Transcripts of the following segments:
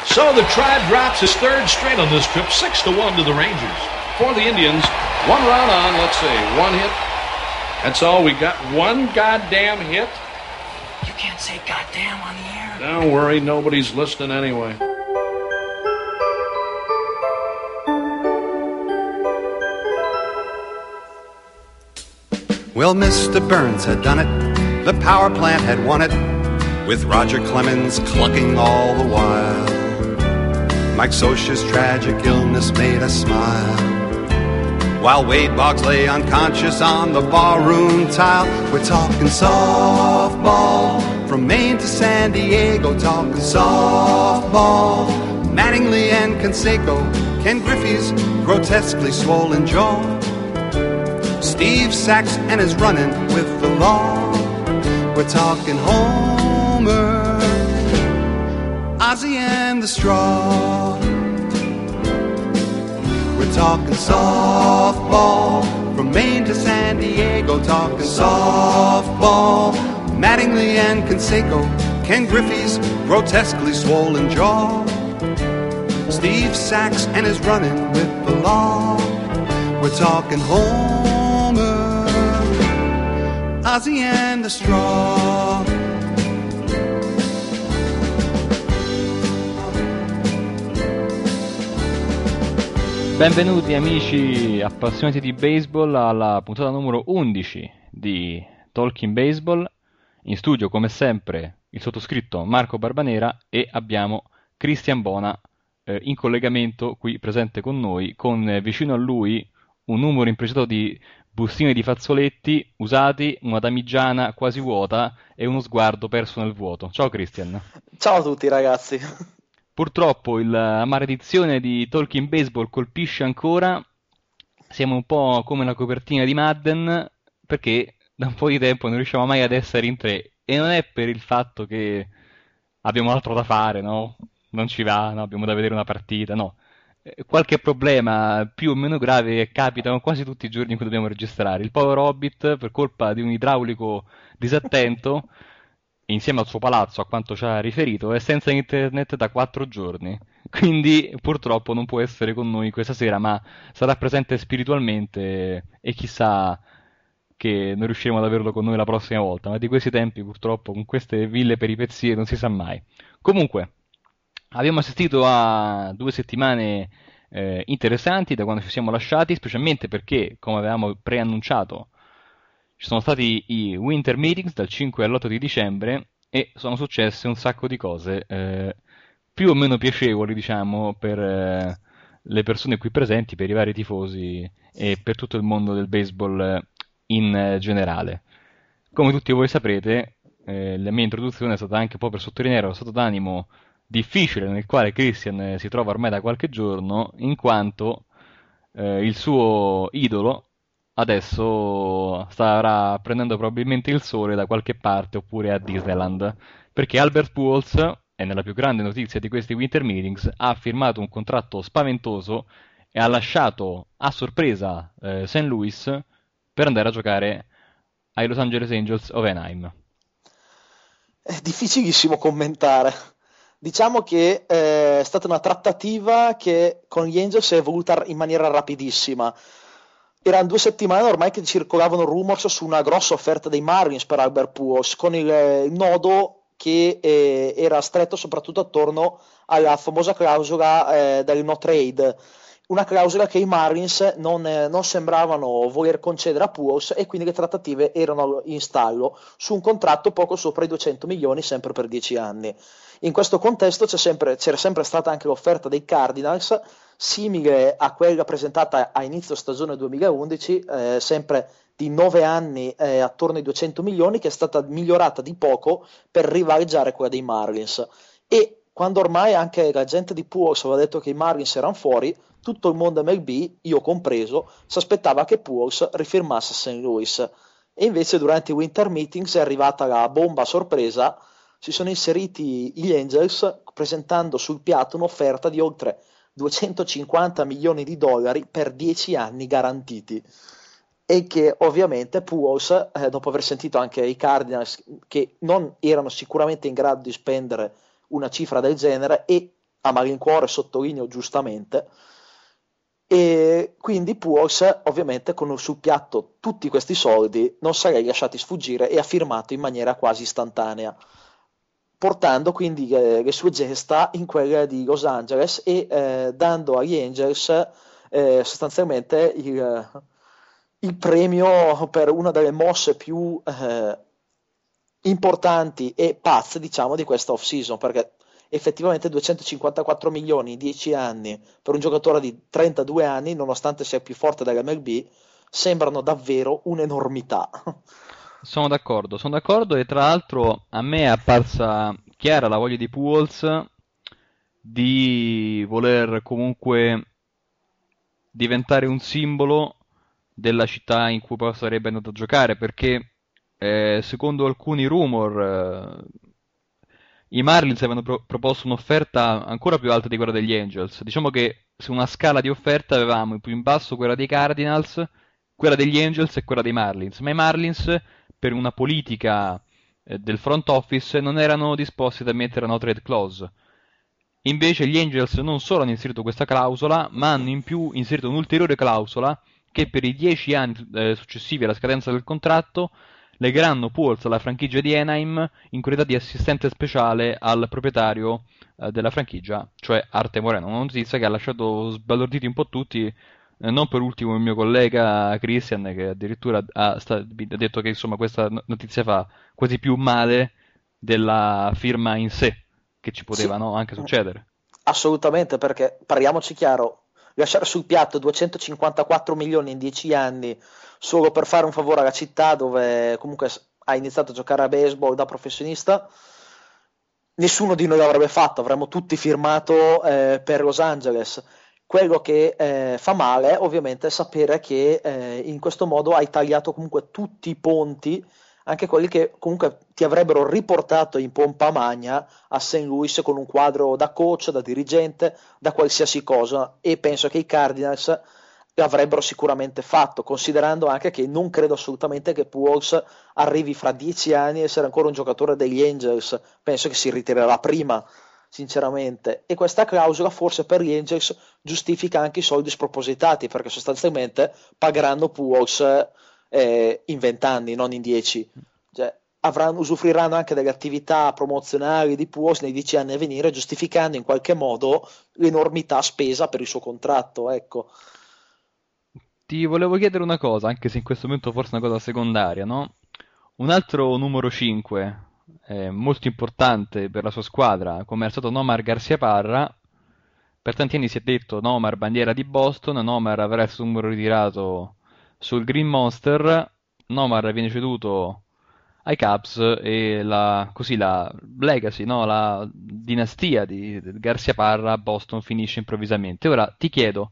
So the Tribe drops his third straight on this trip, 6-1 to the Rangers. For the Indians, one run on, let's see, one hit. That's all. We got one goddamn hit. You can't say goddamn on the air. Don't worry, nobody's listening anyway. Well, Mr. Burns had done it. The power plant had won it, with Roger Clemens clucking all the while. Mike Scioscia's tragic illness made us smile, while Wade Boggs lay unconscious on the barroom tile. We're talking softball, from Maine to San Diego, talking softball. Mattingly and Canseco, Ken Griffey's grotesquely swollen jaw, Steve Sachs and his running with the law. We're talking Homer, Ozzie and the Straw. We're talking softball, from Maine to San Diego, talking softball. Mattingly and Canseco, Ken Griffey's grotesquely swollen jaw, Steve Sachs and his running with the law. We're talking Homer, Ozzie and the Straw. Benvenuti amici appassionati di baseball alla puntata numero 11 di Talking Baseball. In studio come sempre il sottoscritto Marco Barbanera e abbiamo Cristian Bona in collegamento qui presente con noi, con vicino a lui un numero imprecisato di bustine di fazzoletti usati, una damigiana quasi vuota e uno sguardo perso nel vuoto. Ciao Cristian. Ciao a tutti ragazzi. Purtroppo la maledizione di Talking Baseball colpisce ancora, siamo un po' come la copertina di Madden, perché da un po' di tempo non riusciamo mai ad essere in tre, e non è per il fatto che abbiamo altro da fare, no? Non ci va, no? Abbiamo da vedere una partita, no. Qualche problema più o meno grave capita quasi tutti i giorni in cui dobbiamo registrare. Il povero Hobbit, per colpa di un idraulico disattento, insieme al suo palazzo, a quanto ci ha riferito, è senza internet da 4 giorni. Quindi purtroppo non può essere con noi questa sera, ma sarà presente spiritualmente e chissà che non riusciremo ad averlo con noi la prossima volta. Ma di questi tempi purtroppo con queste ville peripezie non si sa mai. Comunque, abbiamo assistito a 2 settimane interessanti da quando ci siamo lasciati, specialmente perché, come avevamo preannunciato, ci sono stati i Winter Meetings dal 5 all'8 di dicembre e sono successe un sacco di cose più o meno piacevoli, diciamo, per le persone qui presenti, per i vari tifosi e per tutto il mondo del baseball in generale. Come tutti voi saprete, la mia introduzione è stata anche un po' per sottolineare lo stato d'animo difficile nel quale Christian si trova ormai da qualche giorno, in quanto il suo idolo adesso starà prendendo probabilmente il sole da qualche parte oppure a Disneyland, perché Albert Pujols, e nella più grande notizia di questi Winter Meetings, ha firmato un contratto spaventoso e ha lasciato a sorpresa St. Louis per andare a giocare ai Los Angeles Angels of Anaheim. È difficilissimo commentare. Diciamo che è stata una trattativa che con gli Angels è evoluta in maniera rapidissima. Erano 2 settimane ormai che circolavano rumors su una grossa offerta dei Marlins per Albert Pujols, con il nodo che era stretto soprattutto attorno alla famosa clausola del no trade, una clausola che i Marlins non sembravano voler concedere a Pujols, e quindi le trattative erano in stallo su un contratto poco sopra i 200 milioni sempre per 10 anni. In questo contesto c'era sempre stata anche l'offerta dei Cardinals, simile a quella presentata a inizio stagione 2011, sempre di 9 anni attorno ai 200 milioni, che è stata migliorata di poco per rivaleggiare quella dei Marlins. E quando ormai anche la gente di Pujols aveva detto che i Marlins erano fuori, tutto il mondo MLB, io compreso, si aspettava che Pujols rifirmasse a St. Louis. E invece durante i Winter Meetings è arrivata la bomba a sorpresa. Si sono inseriti gli Angels presentando sul piatto un'offerta di oltre 250 milioni di dollari per 10 anni garantiti, e che ovviamente Pujols, dopo aver sentito anche i Cardinals che non erano sicuramente in grado di spendere una cifra del genere, e a malincuore, sottolineo giustamente, e quindi Pujols ovviamente con sul piatto tutti questi soldi non sarei lasciati sfuggire e ha firmato in maniera quasi istantanea, portando quindi le sue gesta in quelle di Los Angeles e dando agli Angels sostanzialmente il premio per una delle mosse più importanti e pazze, diciamo, di questa off-season, perché effettivamente 254 milioni in 10 anni per un giocatore di 32 anni, nonostante sia il più forte dell'MLB, sembrano davvero un'enormità. Sono d'accordo e tra l'altro a me è apparsa chiara la voglia di Pujols di voler comunque diventare un simbolo della città in cui poi sarebbe andato a giocare, perché secondo alcuni rumor i Marlins avevano proposto un'offerta ancora più alta di quella degli Angels. Diciamo che su una scala di offerte avevamo più in basso quella dei Cardinals, quella degli Angels e quella dei Marlins, ma i Marlins per una politica del front office non erano disposti ad ammettere una trade clause. Invece gli Angels non solo hanno inserito questa clausola, ma hanno in più inserito un'ulteriore clausola che per i 10 anni successivi alla scadenza del contratto legheranno Pujols alla franchigia di Anaheim in qualità di assistente speciale al proprietario della franchigia, cioè Arte Moreno. Una notizia che ha lasciato sbalorditi un po' tutti, non per ultimo il mio collega Christian, che addirittura ha detto che insomma questa notizia fa quasi più male della firma in sé, che ci poteva Sì, anche succedere. assolutamente, perché parliamoci chiaro, lasciare sul piatto 254 milioni in 10 anni solo per fare un favore alla città dove comunque ha iniziato a giocare a baseball da professionista, nessuno di noi l'avrebbe fatto, avremmo tutti firmato per Los Angeles. Quello che fa male ovviamente è sapere che in questo modo hai tagliato comunque tutti i ponti, anche quelli che comunque ti avrebbero riportato in pompa magna a St. Louis con un quadro da coach, da dirigente, da qualsiasi cosa, e penso che i Cardinals l'avrebbero sicuramente fatto, considerando anche che non credo assolutamente che Pujols arrivi fra 10 anni a essere ancora un giocatore degli Angels, penso che si ritirerà prima, sinceramente, e questa clausola forse per gli Angels giustifica anche i soldi spropositati, perché sostanzialmente pagheranno Pujols in 20 anni, non in 10, cioè, usufruiranno anche delle attività promozionali di Pujols nei 10 anni a venire, giustificando in qualche modo l'enormità spesa per il suo contratto, ecco. Ti volevo chiedere una cosa, anche se in questo momento forse è una cosa secondaria, no? Un altro numero 5, molto importante per la sua squadra, come è stato Nomar Garciaparra. Per tanti anni si è detto Nomar bandiera di Boston, Nomar avrà il suo numero ritirato sul Green Monster, Nomar viene ceduto ai Cubs e così la legacy, no? La dinastia di Garciaparra a Boston finisce improvvisamente. Ora ti chiedo,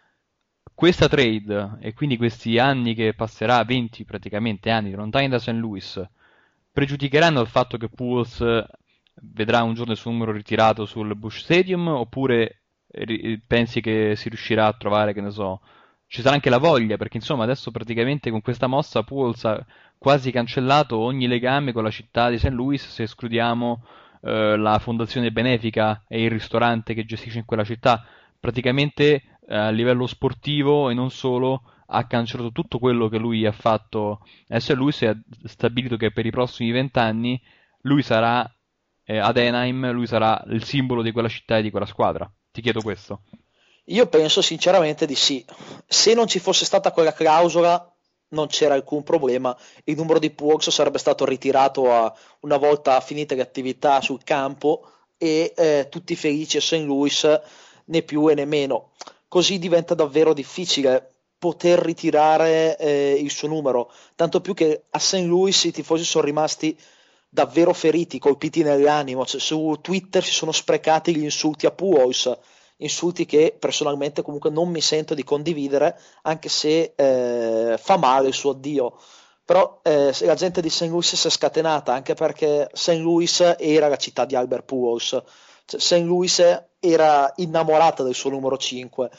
questa trade e quindi questi anni che passerà, 20 praticamente anni lontani da St. Louis, pregiudicheranno il fatto che Pujols vedrà un giorno il suo numero ritirato sul Busch Stadium, oppure pensi che si riuscirà a trovare, che ne so, ci sarà anche la voglia, perché insomma adesso praticamente con questa mossa Pujols ha quasi cancellato ogni legame con la città di St. Louis, se escludiamo la fondazione benefica e il ristorante che gestisce in quella città. Praticamente a livello sportivo e non solo ha cancellato tutto quello che lui ha fatto a St. Louis e ha stabilito che per i prossimi 20 anni lui sarà ad Anaheim, lui sarà il simbolo di quella città e di quella squadra. Ti chiedo questo. Io penso sinceramente di sì. Se non ci fosse stata quella clausola, non c'era alcun problema. Il numero di Pujols sarebbe stato ritirato una volta finite le attività sul campo e tutti felici a St. Louis, né più e né meno. Così diventa davvero difficile poter ritirare il suo numero. Tanto più che a St. Louis i tifosi sono rimasti davvero feriti, colpiti nell'animo. Cioè, su Twitter si sono sprecati gli insulti a Pujols, insulti che personalmente comunque non mi sento di condividere, anche se fa male il suo addio. Però la gente di St. Louis si è scatenata, anche perché St. Louis era la città di Albert Pujols. Cioè, St. Louis era innamorata del suo numero 5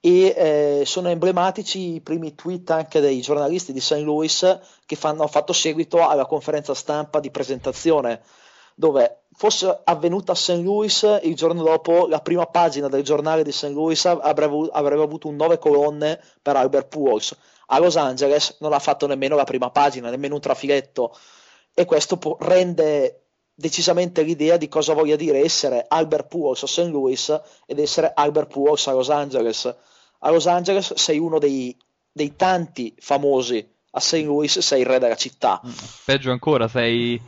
e sono emblematici i primi tweet anche dei giornalisti di St. Louis che hanno fatto seguito alla conferenza stampa di presentazione, dove fosse avvenuta a St. Louis, il giorno dopo la prima pagina del giornale di St. Louis avrebbe avuto un 9 colonne per Albert Pujols. A Los Angeles non ha fatto nemmeno la prima pagina, nemmeno un trafiletto, e questo rende decisamente l'idea di cosa voglia dire essere Albert Pujols a St. Louis ed essere Albert Pujols a Los Angeles. A Los Angeles sei uno dei tanti famosi, a St. Louis sei il re della città. Peggio ancora, sei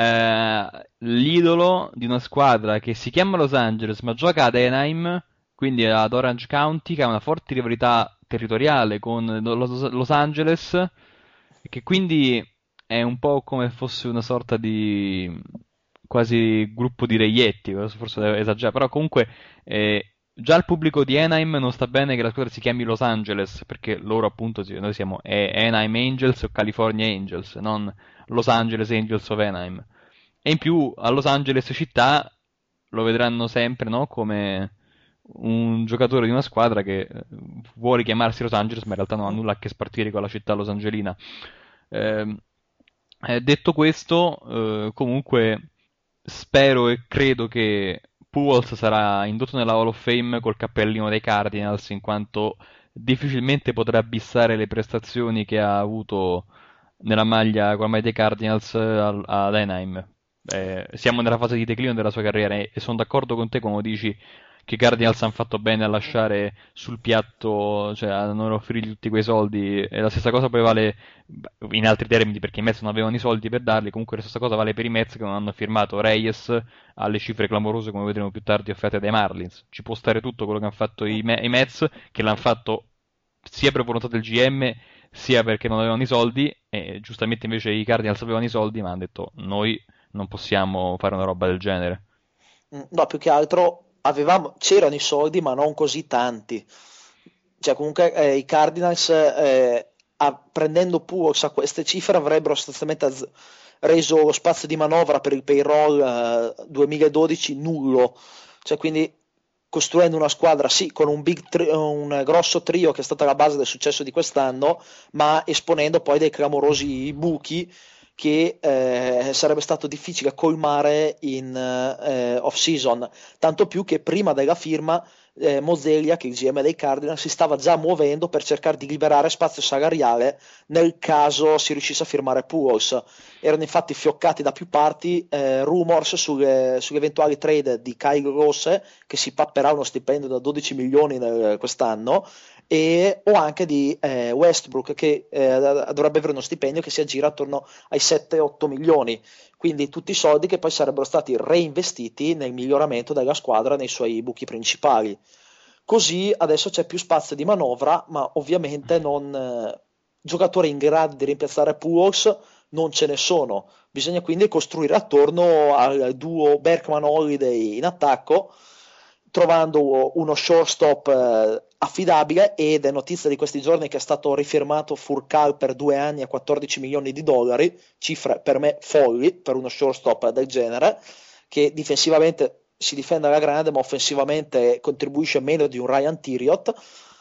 l'idolo di una squadra che si chiama Los Angeles ma gioca ad Anaheim, quindi ad Orange County, che ha una forte rivalità territoriale con Los Angeles, e che quindi è un po' come fosse una sorta di quasi gruppo di reietti, forse devo esagerare, però comunque già il pubblico di Anaheim non sta bene che la squadra si chiami Los Angeles, perché loro appunto, noi siamo Anaheim Angels o California Angels, non Los Angeles Angels of Anaheim. E in più a Los Angeles città lo vedranno sempre, no, come un giocatore di una squadra che vuole chiamarsi Los Angeles, ma in realtà non ha nulla a che spartire con la città losangelina. Detto questo, comunque spero e credo che Pujols sarà indotto nella Hall of Fame col cappellino dei Cardinals, in quanto difficilmente potrà bissare le prestazioni che ha avuto nella maglia con la maglia dei Cardinals ad Anaheim. Siamo nella fase di declino della sua carriera e sono d'accordo con te quando dici che i Cardinals hanno fatto bene a lasciare sul piatto, cioè a non offrirgli tutti quei soldi, e la stessa cosa poi vale in altri termini, perché i Mets non avevano i soldi per darli. Comunque la stessa cosa vale per i Mets, che non hanno firmato Reyes alle cifre clamorose come vedremo più tardi offerte dai Marlins. Ci può stare tutto quello che hanno fatto i Mets, che l'hanno fatto sia per volontà del GM sia perché non avevano i soldi, e giustamente invece i Cardinals avevano i soldi ma hanno detto noi non possiamo fare una roba del genere. No, più che altro c'erano i soldi, ma non così tanti. Cioè, comunque, i Cardinals, prendendo Pujols a queste cifre, avrebbero sostanzialmente reso lo spazio di manovra per il payroll 2012 nullo. Cioè, quindi, costruendo una squadra, sì, con un grosso trio che è stata la base del successo di quest'anno, ma esponendo poi dei clamorosi buchi che sarebbe stato difficile colmare in off-season, tanto più che prima della firma Mozeliak, che è il GM dei Cardinals, si stava già muovendo per cercare di liberare spazio salariale nel caso si riuscisse a firmare Pujols. Erano infatti fioccati da più parti rumors sulle eventuali trade di Kyle Rose, che si papperà uno stipendio da 12 milioni quest'anno, o anche di Westbrook, che dovrebbe avere uno stipendio che si aggira attorno ai 7-8 milioni, quindi tutti i soldi che poi sarebbero stati reinvestiti nel miglioramento della squadra nei suoi buchi principali. Così adesso c'è più spazio di manovra, ma ovviamente giocatori in grado di rimpiazzare Pujols non ce ne sono. Bisogna quindi costruire attorno al duo Berkman-Holiday in attacco, trovando uno shortstop affidabile, ed è notizia di questi giorni che è stato rifirmato Furcal per 2 anni a 14 milioni di dollari, cifre per me folli per uno shortstop del genere, che difensivamente si difende alla grande ma offensivamente contribuisce meno di un Ryan Thiriot,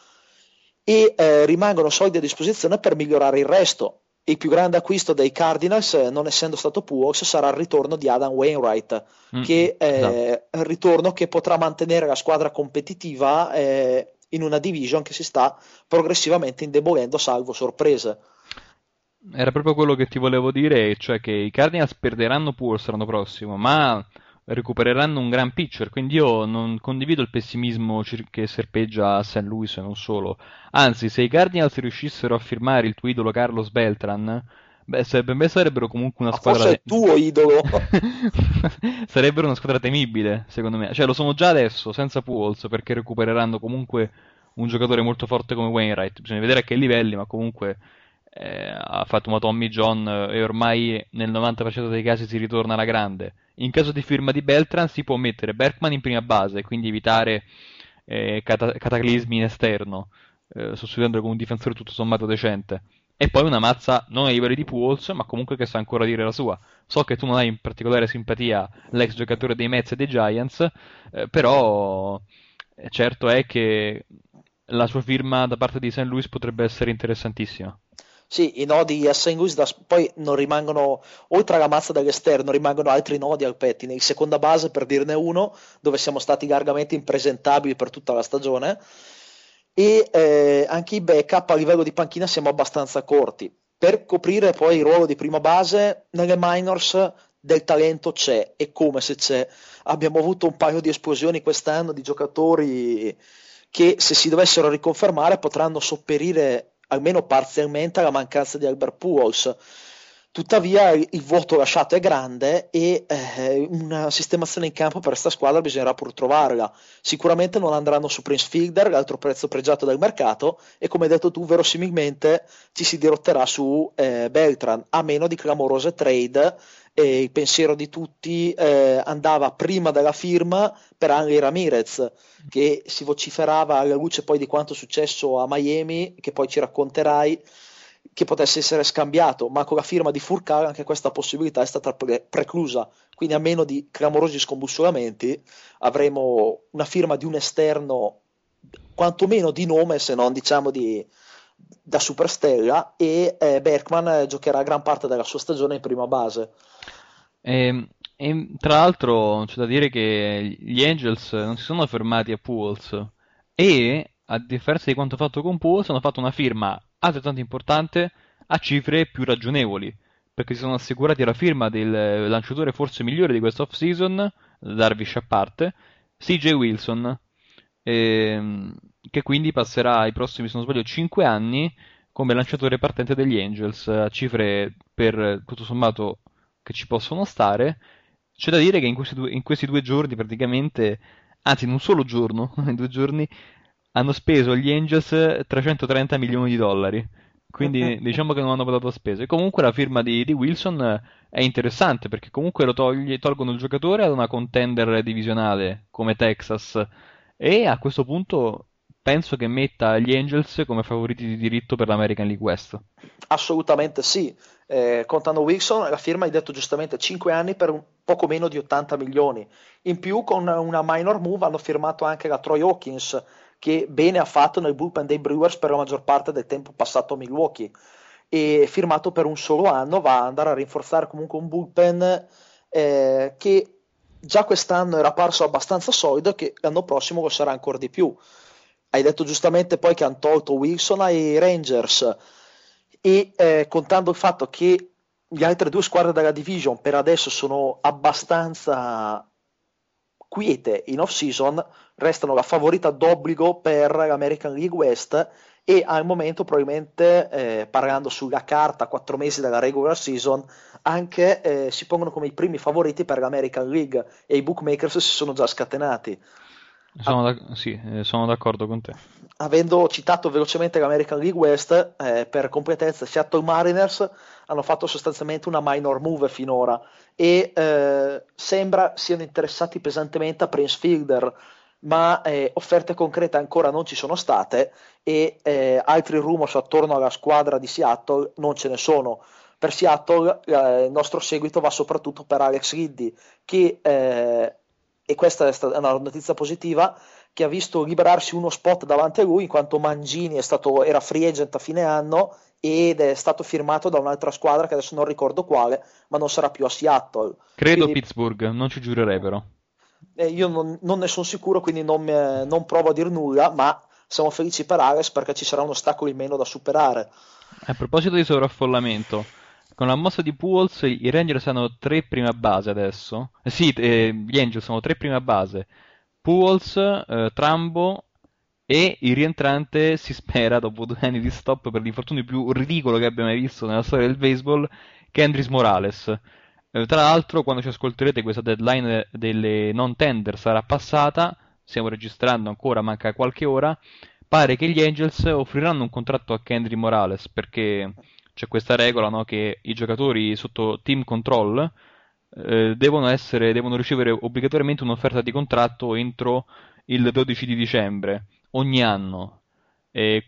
e rimangono soldi a disposizione per migliorare il resto. Il più grande acquisto dei Cardinals, non essendo stato Pujols, sarà il ritorno di Adam Wainwright, che è il ritorno che potrà mantenere la squadra competitiva in una division che si sta progressivamente indebolendo, salvo sorprese. Era proprio quello che ti volevo dire, cioè che i Cardinals perderanno Pujols l'anno prossimo, ma recupereranno un gran pitcher, quindi io non condivido il pessimismo che serpeggia a St. Louis e non solo. Anzi, se i Cardinals riuscissero a firmare il tuo idolo Carlos Beltran, per me sarebbero comunque una squadra... Forse è il tuo idolo! Sarebbero una squadra temibile, secondo me. Cioè, lo sono già adesso, senza Pujols, perché recupereranno comunque un giocatore molto forte come Wainwright. Bisogna vedere a che livelli, ma comunque ha fatto una Tommy John e ormai nel 90% dei casi si ritorna alla grande. In caso di firma di Beltran si può mettere Berkman in prima base, quindi evitare cataclismi in esterno, sostituendolo con un difensore tutto sommato decente. E poi una mazza non ai livelli di Pujols, ma comunque che sa ancora dire la sua. So che tu non hai in particolare simpatia l'ex giocatore dei Mets e dei Giants, però certo è che la sua firma da parte di St. Louis potrebbe essere interessantissima. Sì, i nodi a St. Louis poi non rimangono, oltre alla mazza dall'esterno, rimangono altri nodi al pettine. Il seconda base, per dirne uno, dove siamo stati largamente impresentabili per tutta la stagione, e anche i backup a livello di panchina siamo abbastanza corti. Per coprire poi il ruolo di prima base, nelle minors del talento c'è, e come se c'è. Abbiamo avuto un paio di esplosioni quest'anno di giocatori che, se si dovessero riconfermare, potranno sopperire almeno parzialmente alla mancanza di Albert Pujols. Tuttavia il vuoto lasciato è grande e una sistemazione in campo per questa squadra bisognerà pur trovarla. Sicuramente non andranno su Prince Fielder, l'altro prezzo pregiato dal mercato, e come hai detto tu, verosimilmente ci si dirotterà su Beltran, a meno di clamorose trade. Il pensiero di tutti andava prima della firma per Hanley Ramirez, che si vociferava alla luce poi di quanto è successo a Miami, che poi ci racconterai, che potesse essere scambiato, ma con la firma di Furcal anche questa possibilità è stata preclusa. Quindi, a meno di clamorosi scombussolamenti, avremo una firma di un esterno quantomeno di nome, se non diciamo da superstella, e Berkman giocherà gran parte della sua stagione in prima base. E tra l'altro c'è da dire che gli Angels non si sono fermati a Pujols e, a differenza di quanto fatto con Pujols, hanno fatto una firma altrettanto importante a cifre più ragionevoli, perché si sono assicurati la firma del lanciatore forse migliore di questa off-season, Darvish a parte, CJ Wilson, che quindi passerà i prossimi, se non sbaglio, 5 anni come lanciatore partente degli Angels, a cifre per tutto sommato che ci possono stare. C'è da dire che in questi 2 giorni praticamente, anzi in un solo giorno, in 2 giorni, hanno speso gli Angels 330 milioni di dollari. Quindi diciamo che non hanno votato spese. Comunque la firma di Wilson è interessante perché comunque tolgono il giocatore ad una contender divisionale come Texas, e a questo punto penso che metta gli Angels come favoriti di diritto per l'American League West. Assolutamente sì. Contando Wilson, la firma, hai detto giustamente, 5 anni per un poco meno di 80 milioni. In più, con una minor move hanno firmato anche la Troy Hawkins, che bene ha fatto nel bullpen dei Brewers per la maggior parte del tempo passato a Milwaukee, e firmato per un solo anno va ad andare a rinforzare comunque un bullpen che già quest'anno era parso abbastanza solido, che l'anno prossimo lo sarà ancora di più. Hai detto giustamente poi che hanno tolto Wilson ai Rangers, e contando il fatto che le altre due squadre della division per adesso sono abbastanza quiete in off-season, restano la favorita d'obbligo per l'American League West, e al momento probabilmente, parlando sulla carta 4 mesi dalla regular season, anche si pongono come i primi favoriti per l'American League, e i bookmakers si sono già scatenati. Sì, sono d'accordo con te. Avendo citato velocemente l'American League West, per completezza, Seattle Mariners hanno fatto sostanzialmente una minor move finora, e sembra siano interessati pesantemente a Prince Fielder, ma offerte concrete ancora non ci sono state, e altri rumors attorno alla squadra di Seattle non ce ne sono. Per Seattle il nostro seguito va soprattutto per Alex Ridley, che e questa è una notizia positiva, che ha visto liberarsi uno spot davanti a lui, in quanto Mangini era free agent a fine anno ed è stato firmato da un'altra squadra che adesso non ricordo quale, ma non sarà più a Seattle. Credo Quindi, Pittsburgh, non ci giurerei però. io non ne sono sicuro, quindi non provo a dir nulla, ma siamo felici per Alex perché ci sarà un ostacolo in meno da superare. A proposito di sovraffollamento, con la mossa di Pujols i Rangers hanno 3 prima base adesso. Sì, gli Angels sono 3 prima base. Pujols, Trambo e il rientrante, si spera, dopo 2 anni di stop per l'infortunio più ridicolo che abbia mai visto nella storia del baseball, Kendrys Morales. Tra l'altro, quando ci ascolterete, questa deadline delle non tender sarà passata, stiamo registrando ancora, manca qualche ora. Pare che gli Angels offriranno un contratto a Kendry Morales, perché c'è questa regola, no, che i giocatori sotto team control devono ricevere obbligatoriamente un'offerta di contratto entro il 12 di dicembre ogni anno. E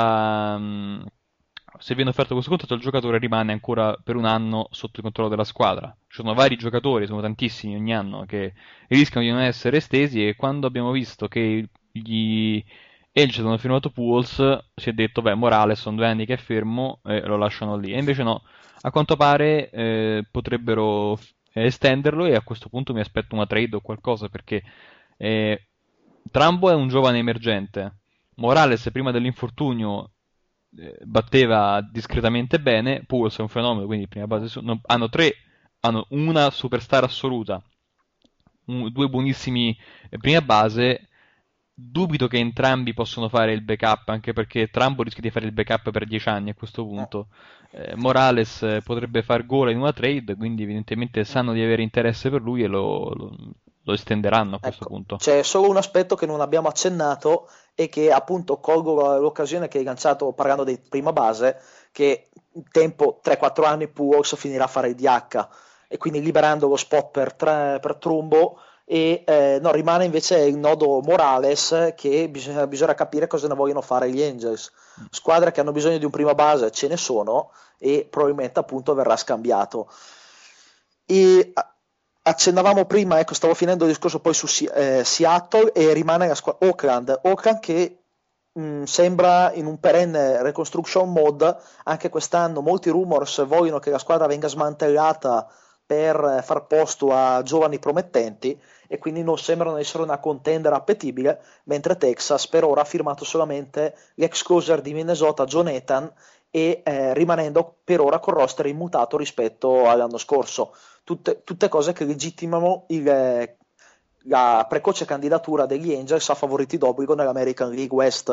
se viene offerto questo contratto, il giocatore rimane ancora per un anno sotto il controllo della squadra. Ci sono vari giocatori, sono tantissimi ogni anno, che rischiano di non essere estesi, e quando abbiamo visto che Angels hanno firmato Pujols, si è detto, beh, Morales sono 2 anni che è fermo e lo lasciano lì. E invece no, a quanto pare potrebbero estenderlo e a questo punto mi aspetto una trade o qualcosa perché eh, Trumbo è un giovane emergente. Morales prima dell'infortunio batteva discretamente bene, Pujols è un fenomeno, quindi prima base hanno una superstar assoluta, 2 buonissimi prima base. Dubito che entrambi possano fare il backup, anche perché Trumbo rischia di fare il backup per 10 anni a questo punto. Morales potrebbe far gola in una trade, quindi evidentemente sanno di avere interesse per lui e lo estenderanno a questo Ecco, punto. c'è solo un aspetto che non abbiamo accennato e che appunto colgo l'occasione che hai lanciato parlando di prima base, che in tempo 3-4 anni Pujols finirà a fare il DH e quindi liberando lo spot per Trumbo e no, rimane invece il nodo Morales che bisogna capire cosa ne vogliono fare gli Angels. Squadre che hanno bisogno di un prima base ce ne sono e probabilmente appunto verrà scambiato. E accennavamo prima, ecco, stavo finendo il discorso poi su Seattle e rimane la squadra Oakland che sembra in un perenne reconstruction mode, anche quest'anno molti rumors vogliono che la squadra venga smantellata per far posto a giovani promettenti e quindi non sembrano essere una contender appetibile, mentre Texas per ora ha firmato solamente l'ex closer di Minnesota John Ethan e rimanendo per ora col roster immutato rispetto all'anno scorso. Tutte cose che legittimano la precoce candidatura degli Angels a favoriti d'obbligo nell'American League West.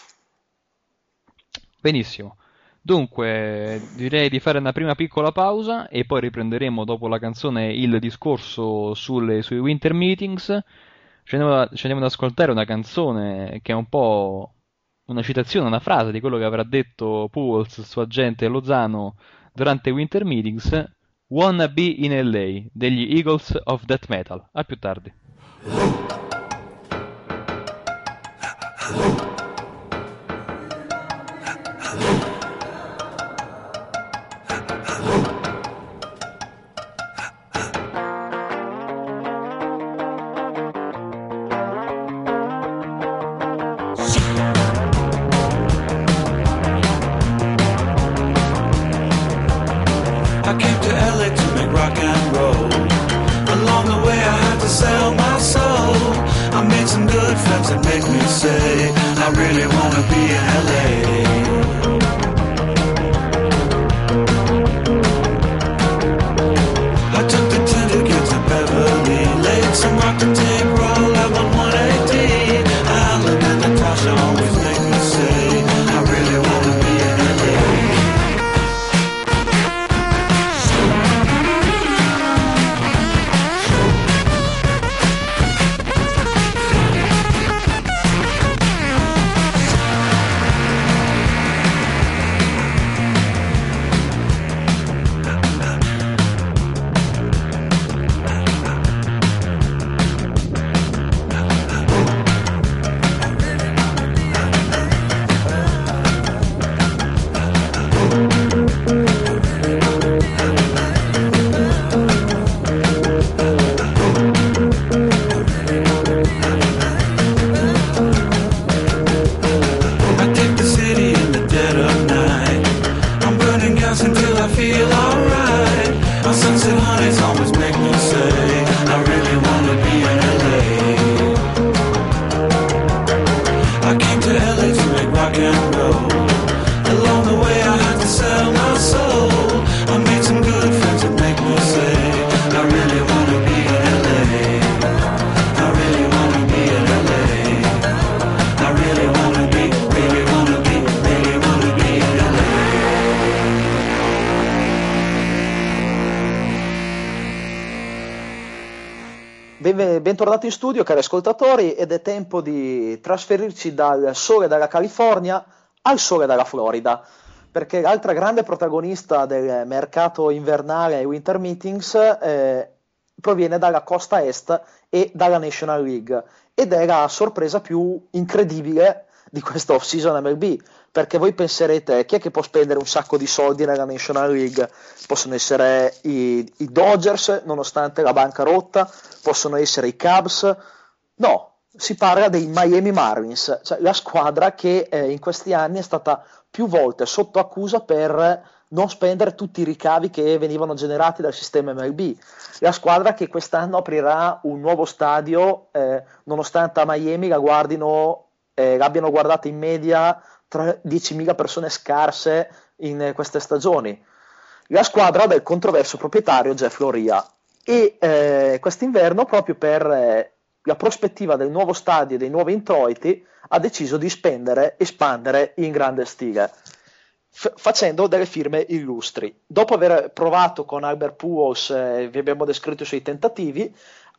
Benissimo. Dunque, direi di fare una prima piccola pausa e poi riprenderemo dopo la canzone il discorso sui Winter Meetings. Ci andiamo ad ascoltare una canzone che è un po' una citazione, una frase di quello che avrà detto Pujols, suo agente Lozano, durante i Winter Meetings. Wanna be in LA degli Eagles of Death Metal. A più tardi. I came to LA to make rock and roll. Along the way I had to sell my soul. I made some good friends that make me say I really wanna be in LA. I took the 10 to get to Beverly, laid some rock to take roll up on 180. Alan and Natasha always make me say I really wanna be in LA. I take the city in the dead of night. I'm burning gas until I feel alright. My sunset honeys always make me say I really wanna be in LA. I came to LA to make rock and roll. Along the way I had to sell my soul. I made some good friends that make me say I really wanna be in LA. I really wanna be in LA. I really wanna be, really wanna be, really wanna be in LA. Bentornati in studio, cari ascoltatori, ed è tempo di trasferirci dal sole della California al sole della Florida, perché l'altra grande protagonista del mercato invernale ai Winter Meetings proviene dalla costa est e dalla National League, ed è la sorpresa più incredibile di questa off-season MLB, perché voi penserete chi è che può spendere un sacco di soldi nella National League? Possono essere i Dodgers, nonostante la banca rotta, possono essere i Cubs. No, Si parla dei Miami Marlins, cioè la squadra che in questi anni è stata più volte sotto accusa per non spendere tutti i ricavi che venivano generati dal sistema MLB. La squadra che quest'anno aprirà un nuovo stadio, nonostante a Miami l'abbiano guardata in media tra 10.000 persone scarse in queste stagioni. La squadra del controverso proprietario Jeff Loria. E quest'inverno, proprio per la prospettiva del nuovo stadio e dei nuovi introiti, ha deciso di espandere in grande stile, facendo delle firme illustri. Dopo aver provato con Albert Pujols, vi abbiamo descritto i suoi tentativi,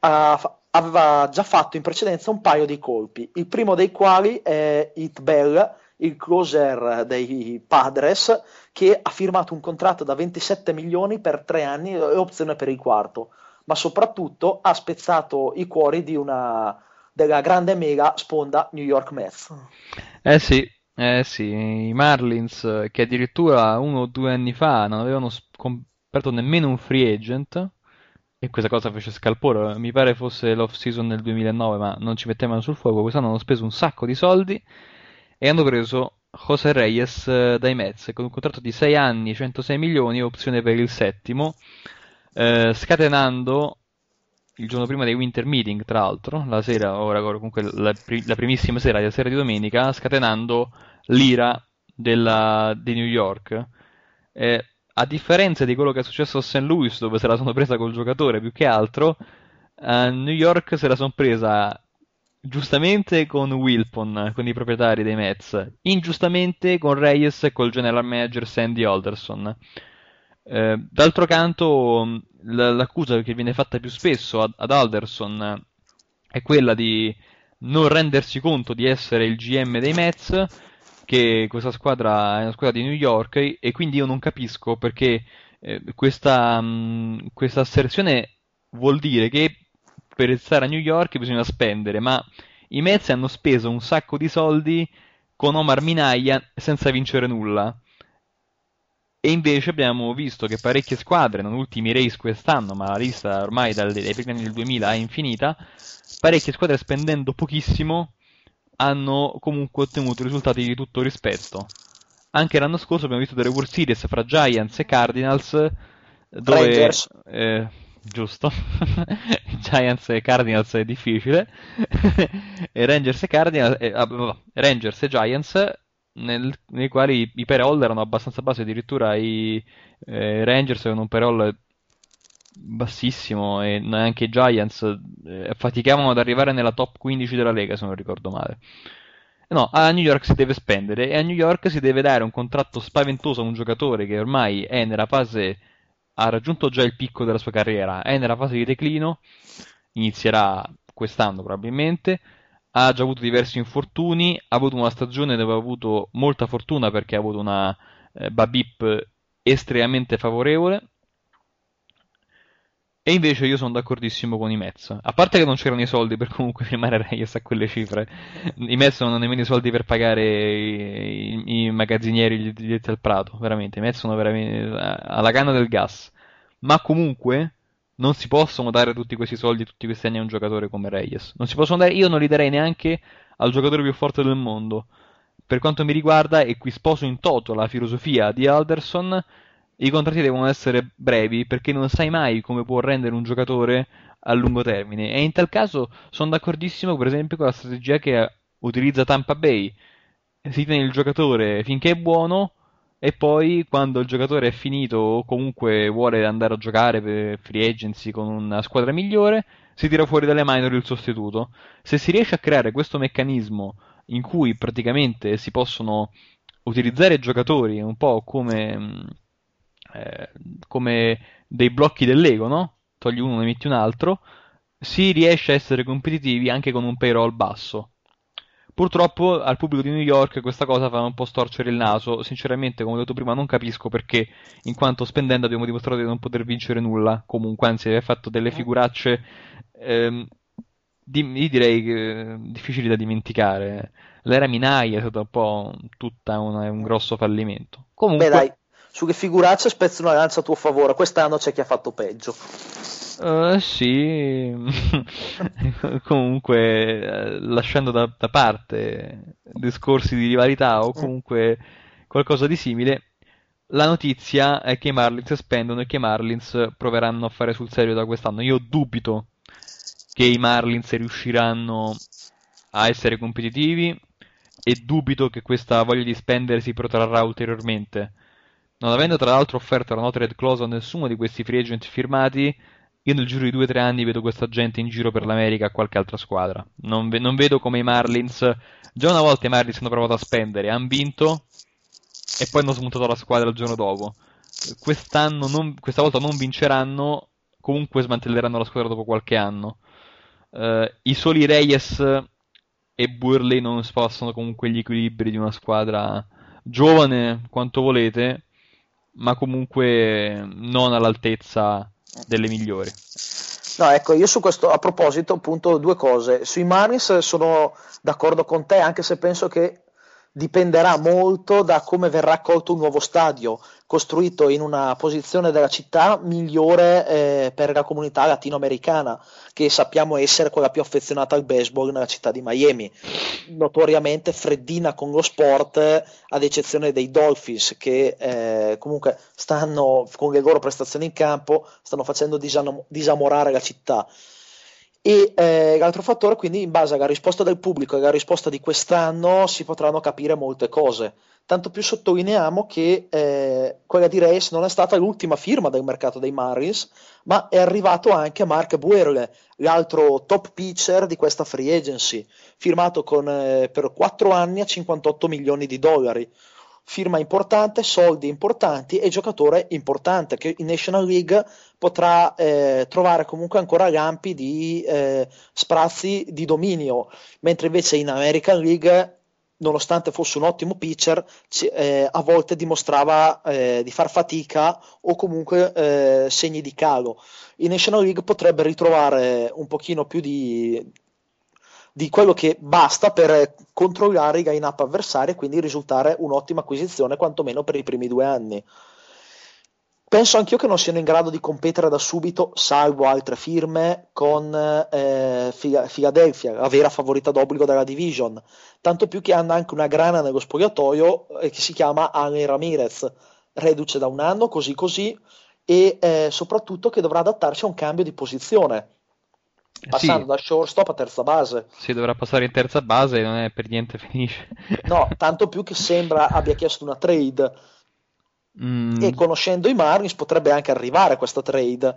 aveva già fatto in precedenza un paio di colpi, il primo dei quali è Hit Bell, il closer dei Padres, che ha firmato un contratto da 27 milioni per 3 anni e opzione per il quarto, ma soprattutto ha spezzato i cuori della grande mega sponda New York Mets. Sì, i Marlins che addirittura 1 o 2 anni fa non avevano comprato nemmeno un free agent, e questa cosa fece scalpore, mi pare fosse l'off season del 2009, ma non ci mettevano sul fuoco. Quest'anno hanno speso un sacco di soldi e hanno preso José Reyes dai Mets con un contratto di 6 anni, 106 milioni, opzione per il settimo, scatenando il giorno prima dei winter meeting, tra l'altro, la sera, comunque la primissima sera, la sera di domenica, scatenando l'ira di New York. A differenza di quello che è successo a St. Louis, dove se la sono presa col giocatore più che altro, a New York se la sono presa giustamente con Wilpon, con i proprietari dei Mets, ingiustamente con Reyes e col general manager Sandy Alderson. D'altro canto, l'accusa che viene fatta più spesso ad Alderson è quella di non rendersi conto di essere il GM dei Mets, che questa squadra è una squadra di New York, e quindi io non capisco perché questa asserzione vuol dire che per stare a New York bisogna spendere, ma i Mets hanno speso un sacco di soldi con Omar Minaya senza vincere nulla. E invece abbiamo visto che parecchie squadre, non ultimi i Rays quest'anno, ma la lista ormai dai primi anni del 2000 è infinita, parecchie squadre spendendo pochissimo hanno comunque ottenuto risultati di tutto rispetto. Anche l'anno scorso abbiamo visto delle World Series fra Giants e Cardinals, dove... Rangers. Giusto. Giants e Cardinals è difficile. E Rangers e Giants, nei quali i payroll erano abbastanza bassi, addirittura i Rangers avevano un payroll bassissimo e anche i Giants faticavano ad arrivare nella top 15 della Lega, se non ricordo male. No, a New York si deve spendere e a New York si deve dare un contratto spaventoso a un giocatore che ormai è nella fase, ha raggiunto già il picco della sua carriera, è nella fase di declino, inizierà quest'anno probabilmente, ha già avuto diversi infortuni, ha avuto una stagione dove ha avuto molta fortuna perché ha avuto una BABIP estremamente favorevole. E invece io sono d'accordissimo con i Mets. A parte che non c'erano i soldi per comunque firmare Reyes a quelle cifre. I Mets non hanno nemmeno i soldi per pagare i magazzinieri diretti al prato. Veramente, i Mets sono veramente alla canna del gas. Ma comunque non si possono dare tutti questi soldi tutti questi anni a un giocatore come Reyes. Non si possono dare, io non li darei neanche al giocatore più forte del mondo. Per quanto mi riguarda, e qui sposo in toto la filosofia di Alderson, i contratti devono essere brevi perché non sai mai come può rendere un giocatore a lungo termine. E in tal caso sono d'accordissimo, per esempio, con la strategia che utilizza Tampa Bay. Si tiene il giocatore finché è buono e poi quando il giocatore è finito o comunque vuole andare a giocare per free agency con una squadra migliore, si tira fuori dalle minor il sostituto. Se si riesce a creare questo meccanismo in cui praticamente si possono utilizzare giocatori un po' come dei blocchi del Lego, no? Togli uno, ne metti un altro, si riesce a essere competitivi anche con un payroll basso. Purtroppo al pubblico di New York questa cosa fa un po' storcere il naso. Sinceramente, come ho detto prima, non capisco perché, in quanto spendendo abbiamo dimostrato di non poter vincere nulla. Comunque, anzi, aveva fatto delle figuracce, io direi difficili da dimenticare. L'era Minai è stata un po' un grosso fallimento. Comunque, Beh, dai, sulle figuracce spezzo una lancia a tuo favore, quest'anno c'è chi ha fatto peggio. Sì, comunque lasciando da parte discorsi di rivalità o comunque qualcosa di simile, la notizia è che i Marlins spendono e che i Marlins proveranno a fare sul serio da quest'anno. Io dubito che i Marlins riusciranno a essere competitivi e dubito che questa voglia di spendere si protrarrà ulteriormente. Non avendo tra l'altro offerto la no trade clause a nessuno di questi free agent firmati, io nel giro di 2 o 3 anni vedo questa gente in giro per l'America a qualche altra squadra. Non vedo come i Marlins. Già una volta i Marlins hanno provato a spendere, hanno vinto e poi hanno smontato la squadra il giorno dopo. Questa volta non vinceranno, comunque smantelleranno la squadra dopo qualche anno. I soli Reyes e Burley non spostano comunque gli equilibri di una squadra giovane quanto volete, ma comunque non all'altezza delle migliori. No, ecco, io su questo, a proposito, appunto, 2 cose. Sui Marlins sono d'accordo con te, anche se penso che dipenderà molto da come verrà accolto un nuovo stadio, costruito in una posizione della città migliore per la comunità latinoamericana, che sappiamo essere quella più affezionata al baseball nella città di Miami, notoriamente freddina con lo sport, ad eccezione dei Dolphins, che comunque stanno, con le loro prestazioni in campo, stanno facendo disamorare la città. E l'altro fattore, quindi, in base alla risposta del pubblico e alla risposta di quest'anno si potranno capire molte cose. Tanto più sottolineiamo che quella di Reyes non è stata l'ultima firma del mercato dei Marlins, ma è arrivato anche Mark Buehrle, l'altro top pitcher di questa free agency, firmato per 4 anni a $58 milioni. Firma importante, soldi importanti e giocatore importante che in National League potrà trovare comunque ancora lampi di sprazzi di dominio, mentre invece in American League, nonostante fosse un ottimo pitcher, a volte dimostrava di far fatica o comunque segni di calo. In National League potrebbe ritrovare un pochino più di quello che basta per controllare i line-up avversari e quindi risultare un'ottima acquisizione, quantomeno per i primi 2 anni. Penso anch'io che non siano in grado di competere da subito, salvo altre firme, con Philadelphia, la vera favorita d'obbligo della division, tanto più che hanno anche una grana nello spogliatoio che si chiama Hanley Ramirez, reduce da 1 anno, così, e soprattutto che dovrà adattarsi a un cambio di posizione, passando da shortstop a terza base. Si dovrà passare in terza base e non è per niente felice. No, tanto più che sembra abbia chiesto una trade. E conoscendo i Marlins potrebbe anche arrivare questa trade.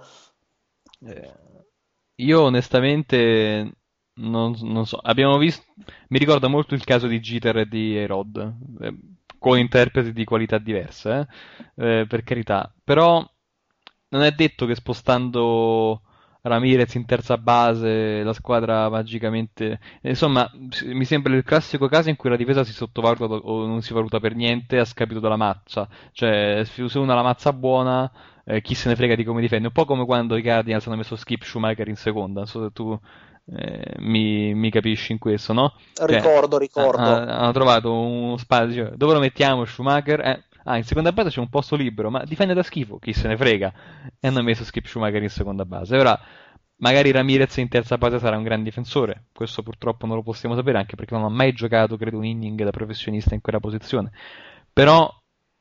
Io onestamente non so. Abbiamo visto. Mi ricorda molto il caso di Jeter e di A-Rod, con interpreti di qualità diverse, per carità. Però non è detto che spostando Ramirez in terza base la squadra magicamente. Insomma, mi sembra il classico caso in cui la difesa si sottovaluta o non si valuta per niente a scapito della mazza. Cioè, se uno ha la mazza buona, chi se ne frega di come difende. Un po' come quando i Cardinals hanno messo Skip Schumacher in seconda. Non so se tu mi capisci in questo, no? Ricordo. Hanno trovato uno spazio. Dove lo mettiamo Schumacher? In seconda base c'è un posto libero, ma difende da schifo, chi se ne frega. E hanno messo Skip Schumacher in seconda base. Ora, magari Ramirez in terza base sarà un gran difensore. Questo purtroppo non lo possiamo sapere, anche perché non ha mai giocato, credo, un inning da professionista in quella posizione. Però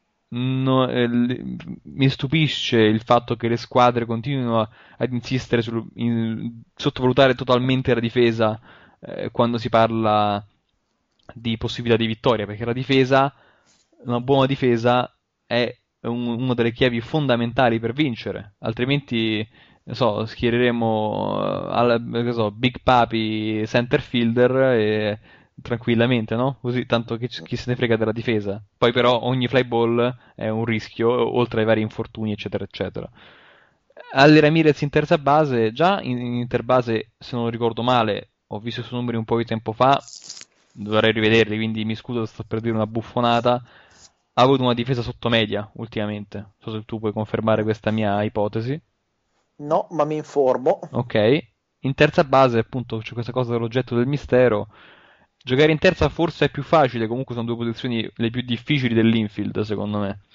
mi stupisce il fatto che le squadre continuino ad insistere sottovalutare totalmente la difesa quando si parla di possibilità di vittoria, perché la difesa, una buona difesa è una delle chiavi fondamentali per vincere, altrimenti schiereremo Big Papi center fielder e tranquillamente, no? Così tanto che chi se ne frega della difesa. Poi però ogni fly ball è un rischio, oltre ai vari infortuni, eccetera, eccetera. Alle Ramirez in terza base, già in interbase, se non ricordo male, ho visto i suoi numeri un po' di tempo fa, dovrei rivederli, quindi mi scuso se sto per dire una buffonata. Ha avuto una difesa sottomedia ultimamente. Non so se tu puoi confermare questa mia ipotesi. No, ma mi informo. Ok. In terza base, appunto, c'è questa cosa dell'oggetto del mistero. Giocare in terza forse è più facile, comunque sono 2 posizioni le più difficili dell'infield, secondo me.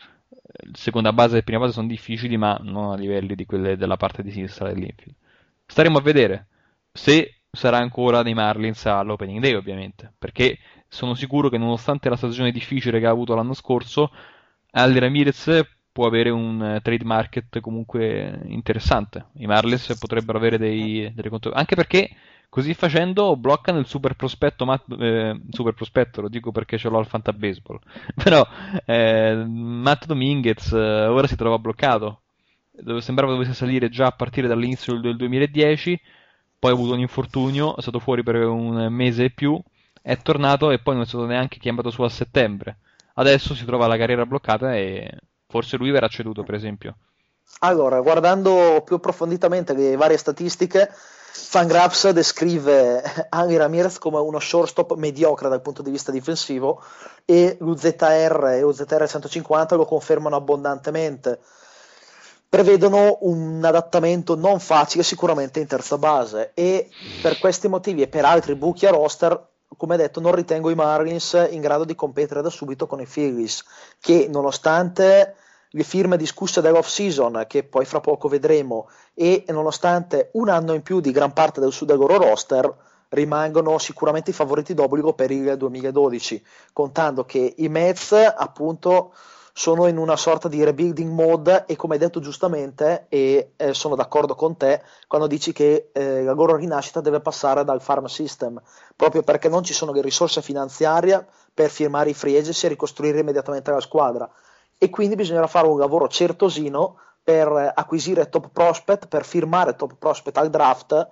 seconda base e prima base sono difficili, ma non a livelli di quelle della parte di sinistra dell'infield. Staremo a vedere se sarà ancora nei Marlins all'Opening Day, ovviamente, perché sono sicuro che nonostante la stagione difficile che ha avuto l'anno scorso, Aldi Ramirez può avere un trade market comunque interessante. I Marlins potrebbero avere anche perché così facendo bloccano il super prospetto, super prospetto, lo dico perché ce l'ho al Fantabaseball. Però Matt Dominguez ora si trova bloccato. Sembrava dovesse salire già a partire dall'inizio del 2010, poi ha avuto un infortunio, è stato fuori per un mese e più, è tornato e poi non è stato neanche chiamato su a settembre. Adesso si trova la carriera bloccata e forse lui verrà ceduto, per esempio. Allora, guardando più approfonditamente le varie statistiche, Fangraphs descrive Hanley Ramirez come uno shortstop mediocre dal punto di vista difensivo e l'UZR e UZR 150 lo confermano abbondantemente. Prevedono un adattamento non facile sicuramente in terza base e per questi motivi e per altri buchi a roster, come detto, non ritengo i Marlins in grado di competere da subito con i Phillies, che nonostante le firme discusse dell'off season, che poi fra poco vedremo, e nonostante un anno in più di gran parte del loro roster, rimangono sicuramente i favoriti d'obbligo per il 2012, contando che i Mets appunto sono in una sorta di rebuilding mode e come hai detto giustamente, e sono d'accordo con te quando dici che la loro rinascita deve passare dal farm system, proprio perché non ci sono le risorse finanziarie per firmare i free agents e ricostruire immediatamente la squadra, e quindi bisognerà fare un lavoro certosino per acquisire top prospect, per firmare top prospect al draft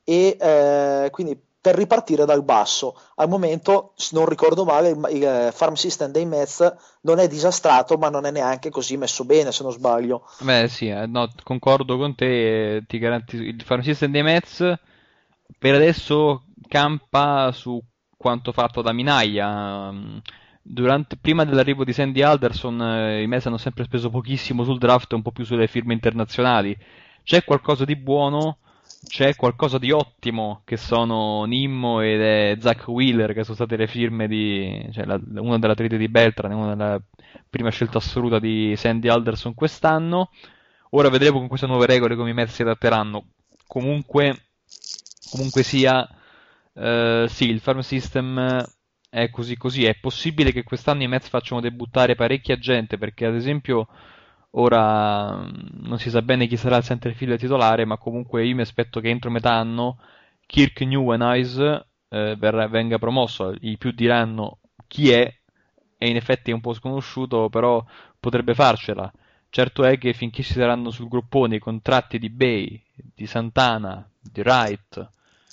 e quindi per ripartire dal basso. Al momento, se non ricordo male, il farm system dei Mets non è disastrato, ma non è neanche così messo bene, se non sbaglio. Beh, sì, no, concordo con te, ti garantisco. Il farm system dei Mets per adesso campa su quanto fatto da Minaglia. Prima dell'arrivo di Sandy Alderson, i Mets hanno sempre speso pochissimo sul draft e un po' più sulle firme internazionali. C'è qualcosa di buono, c'è qualcosa di ottimo, che sono Nimmo e Zach Wheeler, che sono state le firme una della trade di Beltran e una della prima scelta assoluta di Sandy Alderson quest'anno. Ora vedremo con queste nuove regole come i Mets si adatteranno. Comunque sia, sì, il farm system è così così. È possibile che quest'anno i Mets facciano debuttare parecchia gente, perché ad esempio ora non si sa bene chi sarà il center fielder titolare, ma comunque io mi aspetto che entro metà anno Kirk Nieuwenhuis venga promosso. I più diranno chi è, e in effetti è un po' sconosciuto, però potrebbe farcela. Certo è che finché ci saranno sul gruppone i contratti di Bay, di Santana, di Wright,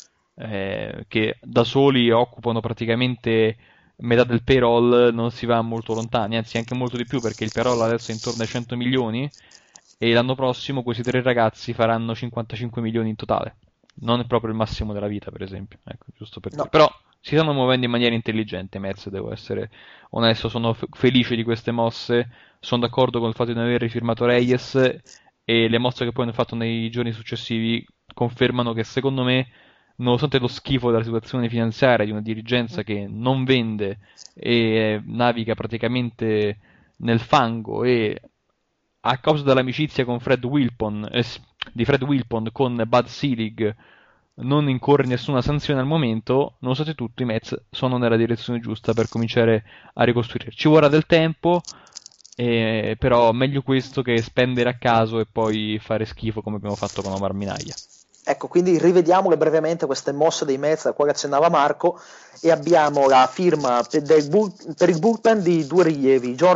che da soli occupano praticamente metà del payroll, non si va molto lontani, anzi anche molto di più, perché il payroll adesso è intorno ai 100 milioni e l'anno prossimo questi tre ragazzi faranno 55 milioni in totale. Non è proprio il massimo della vita, per esempio, ecco, giusto per No. dire. Però si stanno muovendo in maniera intelligente, Mets, devo essere onesto, sono felice di queste mosse, sono d'accordo con il fatto di non aver rifirmato Reyes, e le mosse che poi hanno fatto nei giorni successivi confermano che secondo me, nonostante lo schifo della situazione finanziaria di una dirigenza che non vende e naviga praticamente nel fango, e a causa dell'amicizia con di Fred Wilpon con Bud Selig non incorre nessuna sanzione al momento, nonostante tutto i Mets sono nella direzione giusta per cominciare a ricostruire. Ci vorrà del tempo, però meglio questo che spendere a caso e poi fare schifo come abbiamo fatto con Omar Minaya. Ecco, quindi rivediamole brevemente queste mosse dei Mets a cui accennava Marco, e abbiamo la firma per il bullpen di due rilievi, John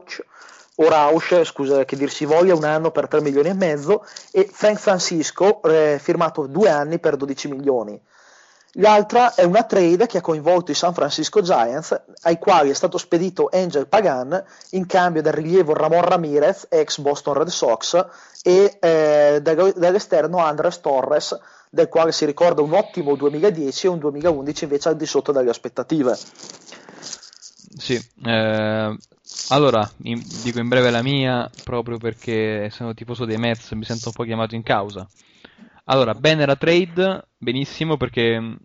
Rauch, scusa che dir si voglia, un anno per 3 milioni e mezzo, e Frank Francisco, firmato 2 anni per 12 milioni. L'altra è una trade che ha coinvolto i San Francisco Giants, ai quali è stato spedito Angel Pagan in cambio del rilievo Ramon Ramirez, ex Boston Red Sox, e dall'esterno Andres Torres, del quale si ricorda un ottimo 2010 e un 2011 invece al di sotto delle aspettative. Sì, allora dico in breve la mia, proprio perché sono tifoso dei Mets mi sento un po' chiamato in causa. Allora, bene la trade, benissimo, perché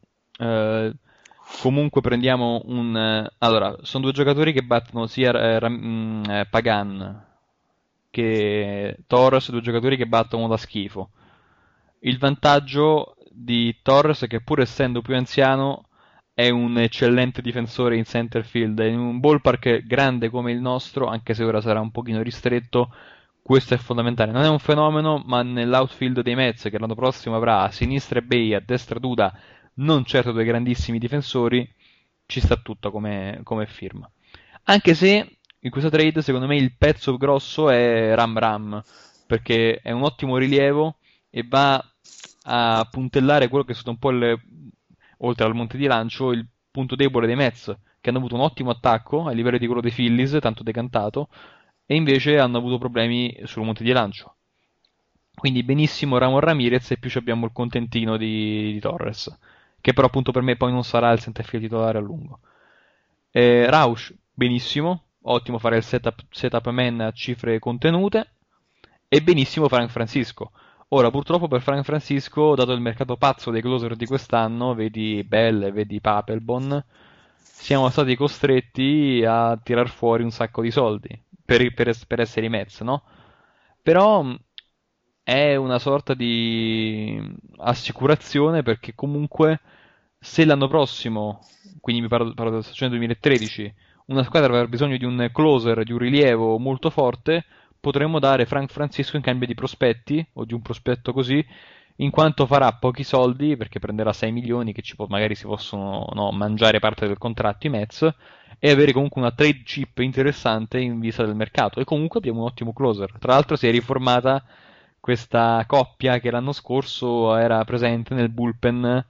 comunque prendiamo allora, sono due giocatori che battono sia Pagan, che Torres, due giocatori che battono da schifo. Il vantaggio di Torres è che pur essendo più anziano è un eccellente difensore in center field. In un ballpark grande come il nostro, anche se ora sarà un pochino ristretto, questo è fondamentale. Non è un fenomeno, ma nell'outfield dei Mets, che l'anno prossimo avrà a sinistra Bay, a destra Duda, non certo dei grandissimi difensori, ci sta tutto come firma. Anche se in questa trade, secondo me, il pezzo grosso è Ram Ram, perché è un ottimo rilievo e va a puntellare quello che è stato un po' oltre al monte di lancio, il punto debole dei Mets, che hanno avuto un ottimo attacco a livello di quello dei Phillies, tanto decantato, e invece hanno avuto problemi sul monte di lancio. Quindi benissimo Ramon Ramirez, e più ci abbiamo il contentino di Torres, che però appunto per me poi non sarà il centerfield titolare a lungo. Rausch, benissimo, ottimo fare il setup man a cifre contenute, e benissimo Frank Francisco. Ora, purtroppo per Frank Francisco, dato il mercato pazzo dei closer di quest'anno, vedi Bell, vedi Papelbon, siamo stati costretti a tirar fuori un sacco di soldi per essere i Mets, no? Però è una sorta di assicurazione, perché comunque se l'anno prossimo, quindi mi parlo della stagione 2013, una squadra avrà bisogno di un closer, di un rilievo molto forte, potremmo dare Frank Francisco in cambio di prospetti, o di un prospetto così, in quanto farà pochi soldi, perché prenderà 6 milioni che magari si possono, no, mangiare parte del contratto i Mets, e avere comunque una trade chip interessante in vista del mercato. E comunque abbiamo un ottimo closer. Tra l'altro si è riformata questa coppia che l'anno scorso era presente nel bullpen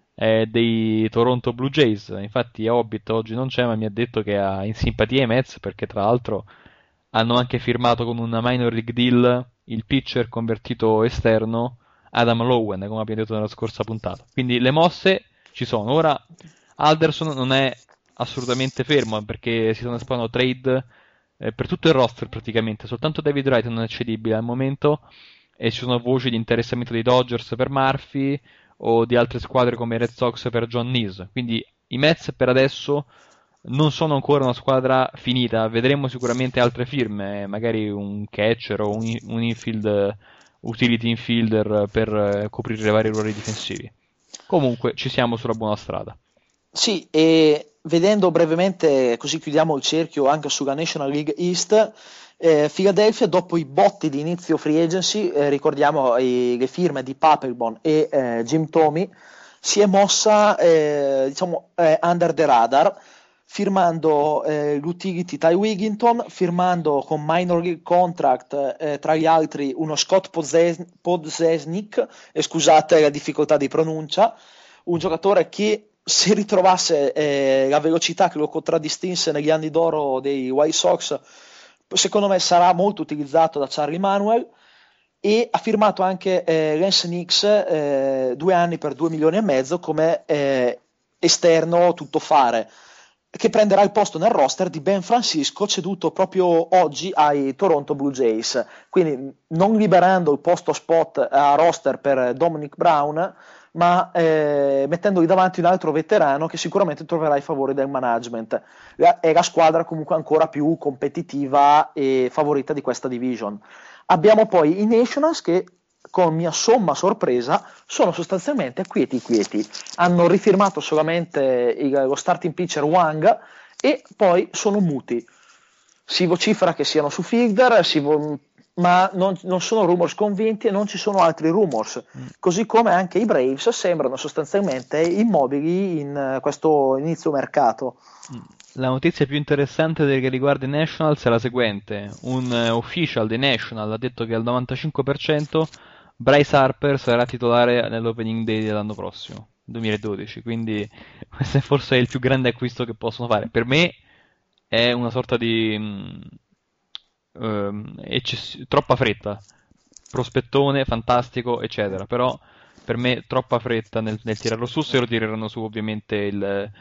dei Toronto Blue Jays. Infatti Hobbit oggi non c'è, ma mi ha detto che ha in simpatia i Mets, perché tra l'altro hanno anche firmato con una minor league deal il pitcher convertito esterno Adam Lowen, come abbiamo detto nella scorsa puntata. Quindi le mosse ci sono. Ora Alderson non è assolutamente fermo, perché si stanno esplorando trade per tutto il roster praticamente. Soltanto David Wright non è cedibile al momento, e ci sono voci di interessamento dei Dodgers per Murphy o di altre squadre come i Red Sox per John Neese. Quindi i Mets per adesso non sono ancora una squadra finita. Vedremo sicuramente altre firme, magari un catcher o un infield, utility infielder per coprire i vari ruoli difensivi. Comunque ci siamo sulla buona strada. Sì, e vedendo brevemente, così chiudiamo il cerchio anche sulla National League East, Philadelphia, dopo i botti di inizio free agency, ricordiamo le firme di Papelbon e Jim Thome, si è mossa under the radar, firmando l'utility Ty Wigginton, firmando con minor league contract tra gli altri uno Scott Podzesnik, e scusate la difficoltà di pronuncia, un giocatore che, se ritrovasse la velocità che lo contraddistinse negli anni d'oro dei White Sox, secondo me sarà molto utilizzato da Charlie Manuel. E ha firmato anche Lance Nix 2 anni per 2 milioni e mezzo come esterno tuttofare, che prenderà il posto nel roster di Ben Francisco, ceduto proprio oggi ai Toronto Blue Jays, quindi non liberando il posto spot a roster per Dominic Brown, ma mettendogli davanti un altro veterano che sicuramente troverà i favori del management. È la squadra comunque ancora più competitiva e favorita di questa division. Abbiamo poi i Nationals che, con mia somma sorpresa, sono sostanzialmente quieti. Hanno rifirmato solamente lo starting pitcher Wang, e poi sono muti. Si vocifera che siano su Fielder, ma non sono rumors convinti, e non ci sono altri rumors, così come anche i Braves sembrano sostanzialmente immobili in questo inizio mercato. La notizia più interessante che riguarda i Nationals è la seguente: un official dei Nationals ha detto che al 95% Bryce Harper sarà titolare nell'opening day dell'anno prossimo, 2012, quindi questo è forse il più grande acquisto che possono fare. Per me è una sorta di troppa fretta, prospettone fantastico eccetera, però per me troppa fretta nel tirarlo su. Se lo tireranno su ovviamente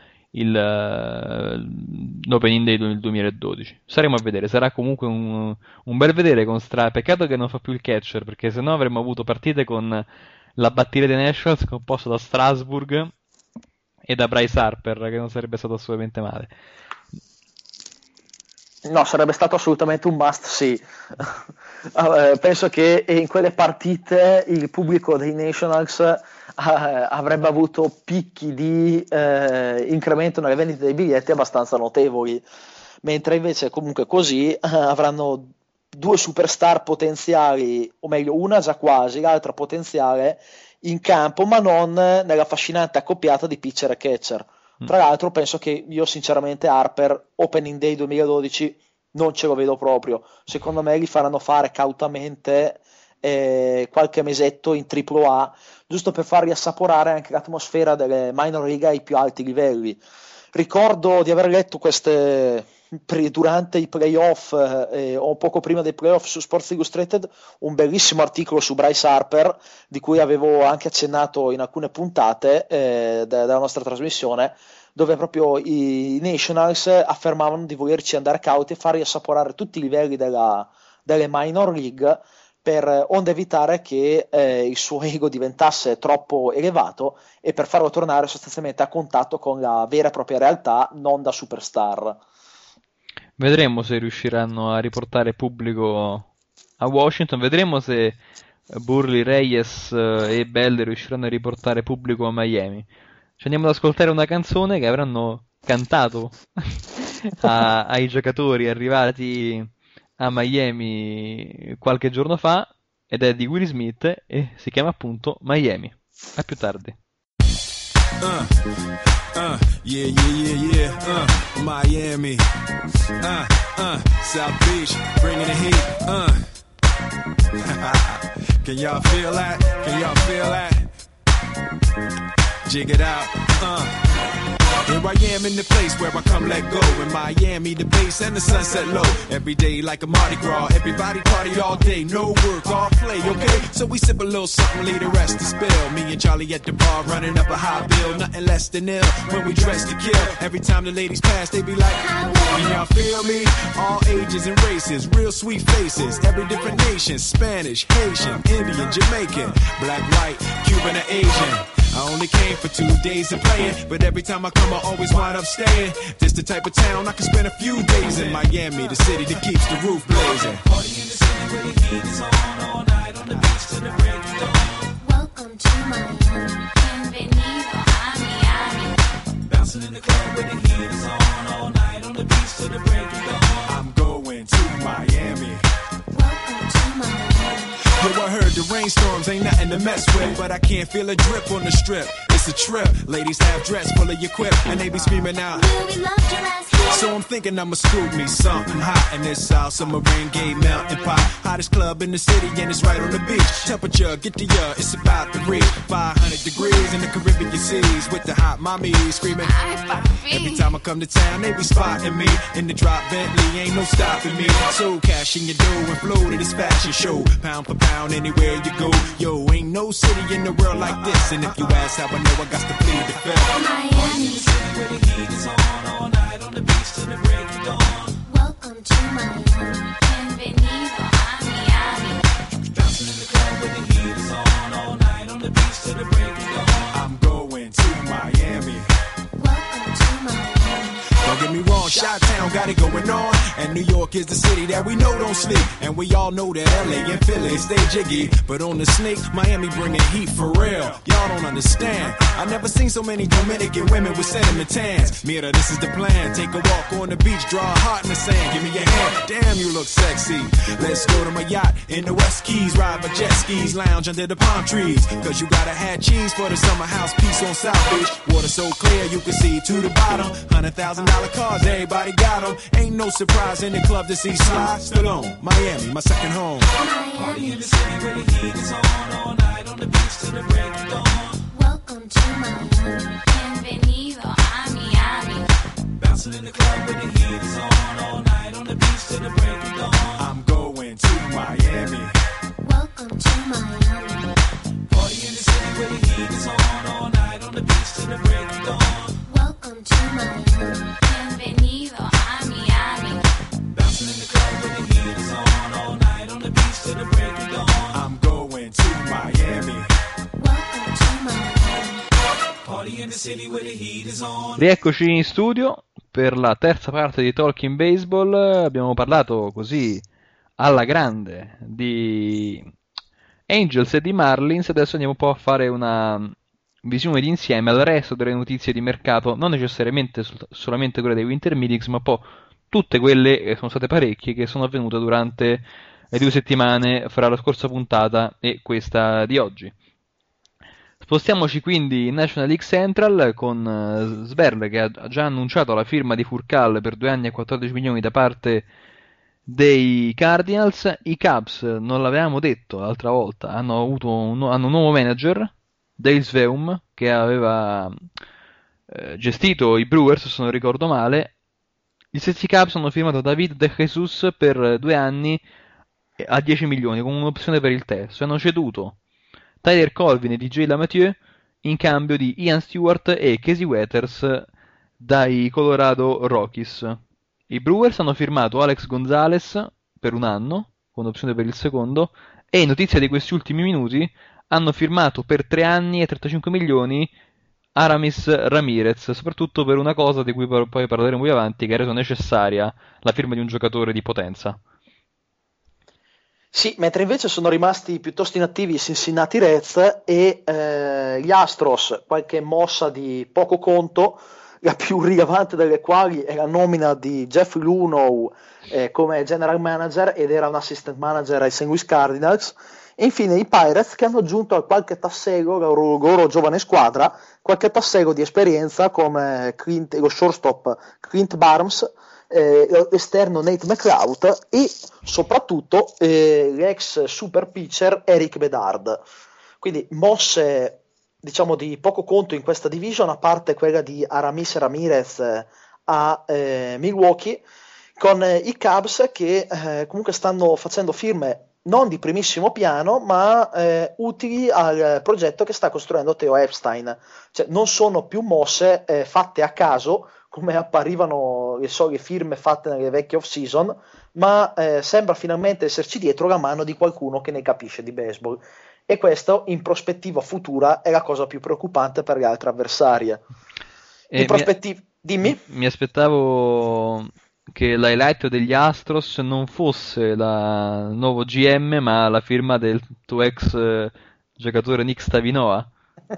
l'opening day del 2012 staremo a vedere. Sarà comunque un bel vedere con peccato che non fa più il catcher, perché sennò avremmo avuto partite con la batteria dei Nationals composta da Strasburg e da Bryce Harper, che non sarebbe stato assolutamente male. No, sarebbe stato assolutamente un must, sì. Penso che in quelle partite il pubblico dei Nationals avrebbe avuto picchi di incremento nelle vendite dei biglietti abbastanza notevoli, mentre invece comunque così avranno due superstar potenziali, o meglio una già quasi, l'altra potenziale in campo, ma non nella affascinante accoppiata di pitcher e catcher. Tra l'altro penso che io sinceramente Harper Opening Day 2012 non ce lo vedo proprio, secondo me li faranno fare cautamente qualche mesetto in AAA, giusto per fargli assaporare anche l'atmosfera delle minor league ai più alti livelli. Ricordo di aver letto durante i playoff o poco prima dei playoff su Sports Illustrated un bellissimo articolo su Bryce Harper, di cui avevo anche accennato in alcune puntate della nostra trasmissione, dove proprio i Nationals affermavano di volerci andare cauti e fargli assaporare tutti i livelli delle minor league, per onde evitare che il suo ego diventasse troppo elevato e per farlo tornare sostanzialmente a contatto con la vera e propria realtà, non da superstar. Vedremo se riusciranno a riportare pubblico a Washington, vedremo se Burley, Reyes e Bell riusciranno a riportare pubblico a Miami. Ci andiamo ad ascoltare una canzone che avranno cantato ai giocatori arrivati a Miami qualche giorno fa, ed è di Will Smith e si chiama appunto Miami. A più tardi. Miami, South Beach, bringing the heat, Can y'all feel that? Can y'all feel that? Jig it out, Here I am in the place where I come let go. In Miami, the base and the sunset low. Every day like a Mardi Gras. Everybody party all day. No work, all play, okay? So we sip a little something, leave the rest to spill. Me and Charlie at the bar running up a high bill. Nothing less than ill when we dress to kill. Every time the ladies pass, they be like, can y'all feel me? All ages and races, real sweet faces. Every different nation, Spanish, Haitian, Indian, Jamaican, black, white, Cuban, or Asian. I only came for 2 days of playing, but every time I come I always wind up staying. This the type of town I can spend a few days in. Miami, the city that keeps the roof blazing. Party in the city where the heat is on, all night on the beach till the break of dawn. Welcome to Miami, bienvenido a Miami. Bouncing in the club where the heat is on, all night on the beach till the break of dawn. I'm going to Miami. Welcome to Miami. Yo, I heard the rainstorms ain't nothing to mess with, but I can't feel a drip on the strip. It's a trip. Ladies have dress full of your quip, and they be screaming out, Will we love your ass here? so I'm thinking I'ma scoop me something hot in this South Submarine Gay Mountain Pot. Hottest club in the city, and it's right on the beach. Temperature, get the it's about to reach 500 degrees in the Caribbean seas with the hot mommy screaming. Every time I come to town, they be spotting me in the drop Bentley, ain't no stopping me. So cash in your dough and flow to this fashion show. Pound for pound, anywhere you go. Yo, ain't no city in the world like this. And if you ask how I know, I got to plead the fifth. Miami, Where the heat is on, all night on the beach till the break of dawn. welcome to Miami, bienvenido a Miami. Bouncing in the club where the heat is on, all night on the beach till the break of dawn. I'm going to Miami. Welcome to Miami. Don't get me wrong, Chi-Town got it going on. And New York is the city that we know don't sleep. And we all know that LA and Philly stay jiggy. But on the sneak, Miami bringing heat for real. Y'all don't understand. I never seen so many Dominican women with sentiment tans. Mira, this is the plan. Take a walk on the beach, draw a heart in the sand. Give me your hand. Damn, you look sexy. Let's go to my yacht in the West Keys. Ride my jet skis, lounge under the palm trees. Cause you gotta have cheese for the summer house piece on South Beach. Water so clear you can see to the bottom. $100,000 cars, everybody got them. Ain't no surprise in the club to see Sly Stallone. Miami, my second home. Miami, In the city where the heat is on, all night on the beach till the break of dawn. welcome to Miami, bienvenido a Miami. Bouncing in the club where the heat is on, all night on the beach till the break of dawn. I'm going to Miami. Welcome to Miami, Party in the city where the heat is on, all night on the beach till the break of dawn. welcome to Miami, bienvenido a Miami. Bouncing in the club where the heat is on, all night on the beach till the break of dawn. I'm going to Miami. Welcome to Miami. Party in the city where the heat is on. Rieccoci in studio per la terza parte di Talking Baseball. Abbiamo parlato così alla grande di Angels e di Marlins. Adesso andiamo un po' a fare una visione d'insieme al resto delle notizie di mercato, non necessariamente solamente quelle dei Winter Meetings, ma un po' tutte quelle, che sono state parecchie, che sono avvenute durante le 2 settimane fra la scorsa puntata e questa di oggi. Spostiamoci quindi in National League Central con Sverle, che ha già annunciato la firma di Furcal per 2 anni e 14 milioni da parte dei Cardinals. I Cubs, non l'avevamo detto l'altra volta, hanno un nuovo manager, Dale Sveum, che aveva gestito i Brewers, se non ricordo male. Gli stessi Cubs hanno firmato David De Jesus per 2 anni a 10 milioni con un'opzione per il terzo. Hanno ceduto Tyler Colvin e DJ LaMathieu in cambio di Ian Stewart e Casey Weathers dai Colorado Rockies. I Brewers hanno firmato Alex Gonzalez per 1 anno con opzione per il secondo, e notizia di questi ultimi minuti, hanno firmato per 3 anni e 35 milioni Aramis Ramirez, soprattutto per una cosa di cui poi parleremo più avanti, che ha reso necessaria la firma di un giocatore di potenza. Sì, mentre invece sono rimasti piuttosto inattivi i Cincinnati Reds e gli Astros, qualche mossa di poco conto, la più rilevante delle quali è la nomina di Jeff Luhnow come general manager, ed era un assistant manager ai St. Louis Cardinals. E infine i Pirates, che hanno aggiunto a qualche tassello, la loro giovane squadra, qualche tassello di esperienza come lo shortstop Clint Barnes, l'esterno Nate McLeod e soprattutto l'ex super pitcher Eric Bedard. Quindi mosse, diciamo, di poco conto in questa division, a parte quella di Aramis Ramirez a Milwaukee, con i Cubs che comunque stanno facendo firme non di primissimo piano, ma utili al progetto che sta costruendo Theo Epstein. Cioè, non sono più mosse fatte a caso, come apparivano le solite firme fatte nelle vecchie off-season, ma sembra finalmente esserci dietro la mano di qualcuno che ne capisce di baseball. E questo, in prospettiva futura, è la cosa più preoccupante per le altre avversarie. Dimmi? Mi aspettavo che l'highlight degli Astros non fosse il nuovo GM, ma la firma del tuo ex giocatore Nick Stavinoa,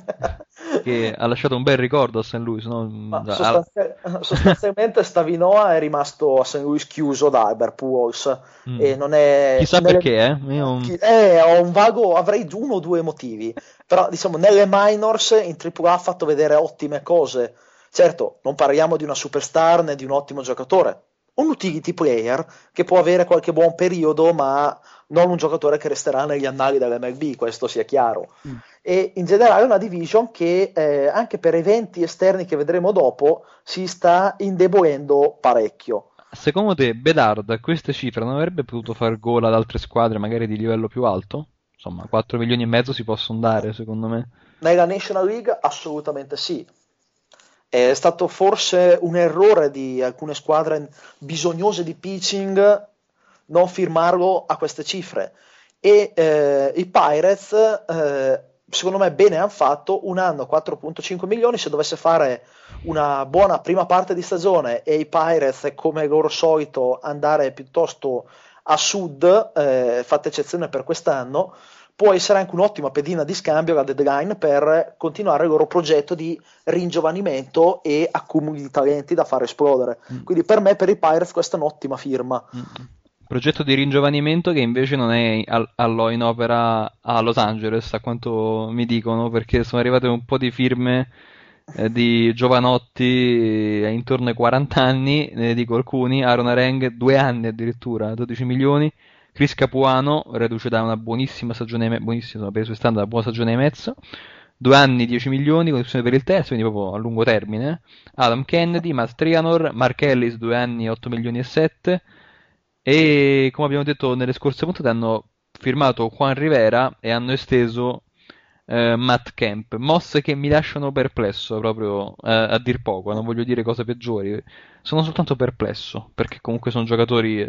che ha lasciato un bel ricordo a St. Louis, no? Sostanzialmente Stavinoa è rimasto a St. Louis chiuso da Albert Pujols e non è... Chissà perché, ho un vago, avrei 1 o 2 motivi, però diciamo nelle minors in AAA ha fatto vedere ottime cose. Certo, non parliamo di una superstar né di un ottimo giocatore, un utility player che può avere qualche buon periodo, ma non un giocatore che resterà negli annali dell'MLB, questo sia chiaro. E in generale è una division che anche per eventi esterni che vedremo dopo si sta indebolendo parecchio. Secondo te Bedard a queste cifre non avrebbe potuto far gol ad altre squadre magari di livello più alto? Insomma, 4 milioni e mezzo si possono dare, secondo me. Nella National League assolutamente sì. È stato forse un errore di alcune squadre bisognose di pitching non firmarlo a queste cifre, e i Pirates secondo me bene hanno fatto, 1 anno 4,5 milioni. Se dovesse fare una buona prima parte di stagione e i Pirates, come loro solito, andare piuttosto a sud, fatta eccezione per quest'anno, può essere anche un'ottima pedina di scambio alla deadline per continuare il loro progetto di ringiovanimento e accumuli di talenti da far esplodere. Quindi per me, per i Pirates, questa è un'ottima firma. Progetto di ringiovanimento che invece non è in opera a Los Angeles, a quanto mi dicono, perché sono arrivate un po' di firme di giovanotti intorno ai 40 anni, ne dico alcuni: Aaron Areng 2 anni addirittura, 12 milioni, Chris Capuano, reduce da una buonissima stagione, buonissima per i suoi standard, una buona stagione e mezzo, 2 anni 10 milioni con opzione per il terzo, quindi proprio a lungo termine. Adam Kennedy, Matt Trianor, Mark Ellis 2 anni 8 milioni e 7, e come abbiamo detto nelle scorse puntate hanno firmato Juan Rivera e hanno esteso Matt Kemp, mosse che mi lasciano perplesso proprio, a dir poco, non voglio dire cose peggiori, sono soltanto perplesso perché comunque sono giocatori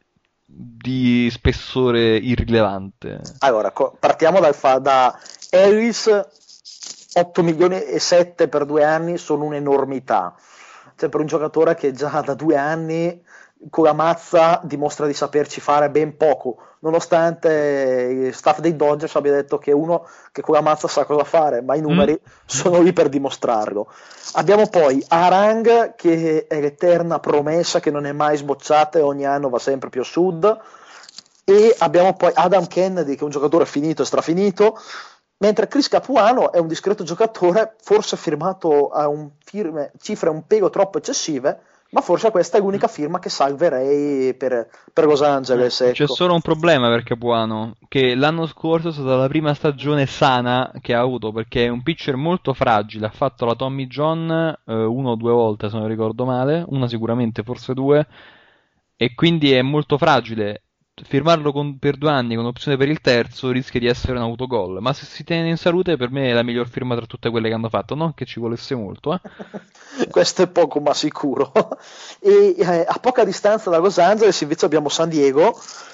di spessore irrilevante. Allora, partiamo da Ellis. 8 milioni e 7 per 2 anni sono un'enormità. cioè per un giocatore che già da 2 anni con la mazza dimostra di saperci fare ben poco, nonostante il staff dei Dodgers abbia detto che uno che con la mazza sa cosa fare, ma i numeri sono lì per dimostrarlo. Abbiamo poi Arang, che è l'eterna promessa che non è mai sbocciata e ogni anno va sempre più a sud, e abbiamo poi Adam Kennedy, che è un giocatore finito e strafinito, mentre Chris Capuano è un discreto giocatore, forse firmato a cifre un pelo troppo eccessive, ma forse questa è l'unica firma che salverei per Los Angeles. C'è Ecco. solo un problema per Capuano, che l'anno scorso è stata la prima stagione sana che ha avuto, perché è un pitcher molto fragile, ha fatto la Tommy John 1 o 2 volte se non ricordo male, una sicuramente, forse 2, e quindi è molto fragile. Firmarlo per 2 anni con opzione per il terzo rischia di essere un autogol, ma se si tiene in salute per me è la miglior firma tra tutte quelle che hanno fatto, non che ci volesse molto, Questo è poco ma sicuro. E a poca distanza da Los Angeles invece abbiamo San Diego,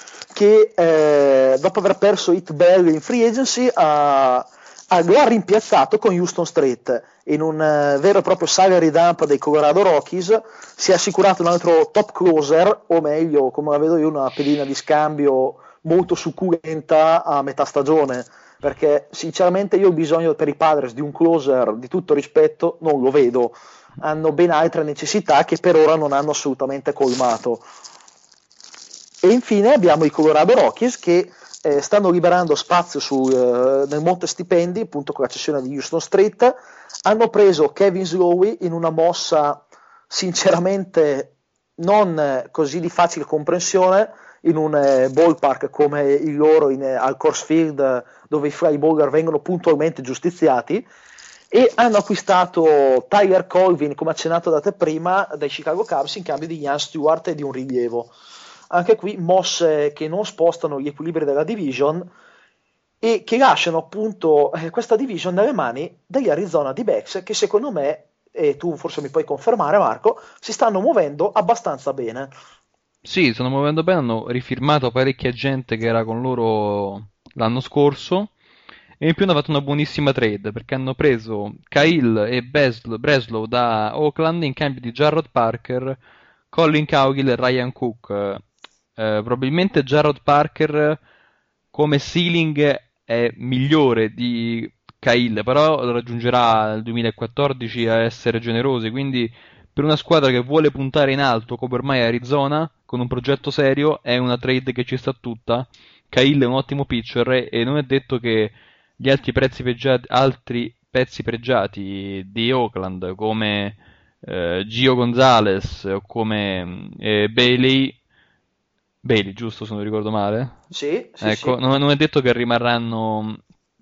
che dopo aver perso Hit Bell in free agency lo ha rimpiazzato con Houston Street in un vero e proprio salary dump dei Colorado Rockies. Si è assicurato un altro top closer, o meglio, come la vedo io, una pedina di scambio molto succulenta a metà stagione, perché sinceramente io ho bisogno per i Padres di un closer di tutto rispetto, non lo vedo. Hanno ben altre necessità che per ora non hanno assolutamente colmato. E infine abbiamo i Colorado Rockies, che stanno liberando spazio nel monte stipendi, appunto con la cessione di Houston Street. Hanno preso Kevin Slowey in una mossa sinceramente non così di facile comprensione, in un ballpark come il loro al Coors Field, dove i fly baller vengono puntualmente giustiziati, e hanno acquistato Tyler Colvin, come accennato da te prima, dai Chicago Cubs in cambio di Ian Stewart e di un rilievo. Anche qui mosse che non spostano gli equilibri della division e che lasciano appunto questa division nelle mani degli Arizona D-backs, che secondo me, e tu forse mi puoi confermare Marco, si stanno muovendo abbastanza bene. Sì, stanno muovendo bene, hanno rifirmato parecchia gente che era con loro l'anno scorso, e in più hanno fatto una buonissima trade, perché hanno preso Kyle e Breslow da Oakland in cambio di Jarrod Parker, Colin Cowgill e Ryan Cook. Probabilmente Jarrod Parker come ceiling è migliore di Kyle, però raggiungerà nel 2014 a essere generosi, quindi per una squadra che vuole puntare in alto come ormai Arizona, con un progetto serio, è una trade che ci sta tutta. Kyle è un ottimo pitcher e non è detto che gli altri pezzi pregiati di Oakland come Gio Gonzalez o come Bailey, giusto se non ricordo male? Sì, ecco, sì. non è detto che rimarranno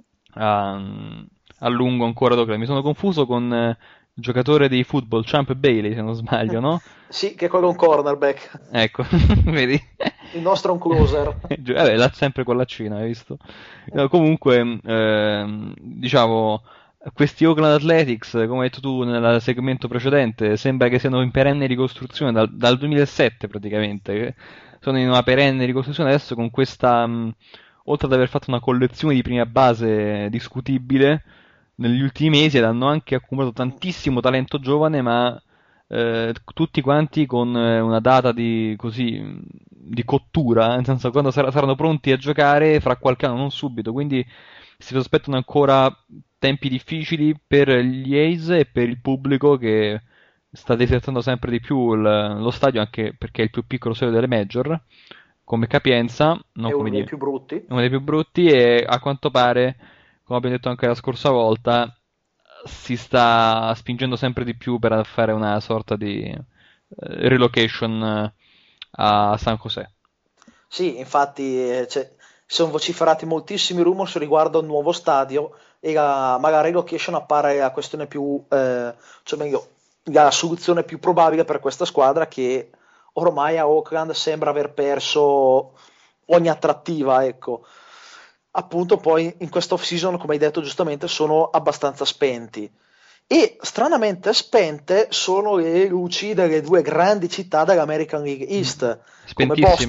a lungo ancora ad Oakland. Mi sono confuso con il giocatore di football, Champ Bailey, se non sbaglio, no? Sì, che è quello un cornerback. Ecco, vedi? Il nostro è un closer. Vabbè, l'ha sempre con la Cina, hai visto? No, comunque, diciamo, questi Oakland Athletics, come hai detto tu nel segmento precedente, sembra che siano in perenne ricostruzione dal 2007 praticamente. Sono in una perenne ricostruzione adesso con questa, oltre ad aver fatto una collezione di prima base discutibile negli ultimi mesi, ed hanno anche accumulato tantissimo talento giovane, ma tutti quanti con una data di cottura, nel senso quando saranno pronti a giocare fra qualche anno, non subito, quindi si aspettano ancora tempi difficili per gli A's e per il pubblico che sta desertando sempre di più lo stadio, anche perché è il più piccolo stadio delle Major come capienza, non È come uno dei dire, più brutti. uno dei più brutti, e a quanto pare, come abbiamo detto anche la scorsa volta, si sta spingendo sempre di più per fare una sorta di relocation a San José. Sì, infatti sono vociferati moltissimi rumors riguardo al nuovo stadio e magari relocation appare la questione più, cioè meglio, la soluzione più probabile per questa squadra, che ormai a Oakland sembra aver perso ogni attrattiva, ecco. Appunto poi in questa off season, come hai detto giustamente, sono abbastanza spenti. E stranamente spente sono le luci delle due grandi città dell'American League East, come Spentissime. Boston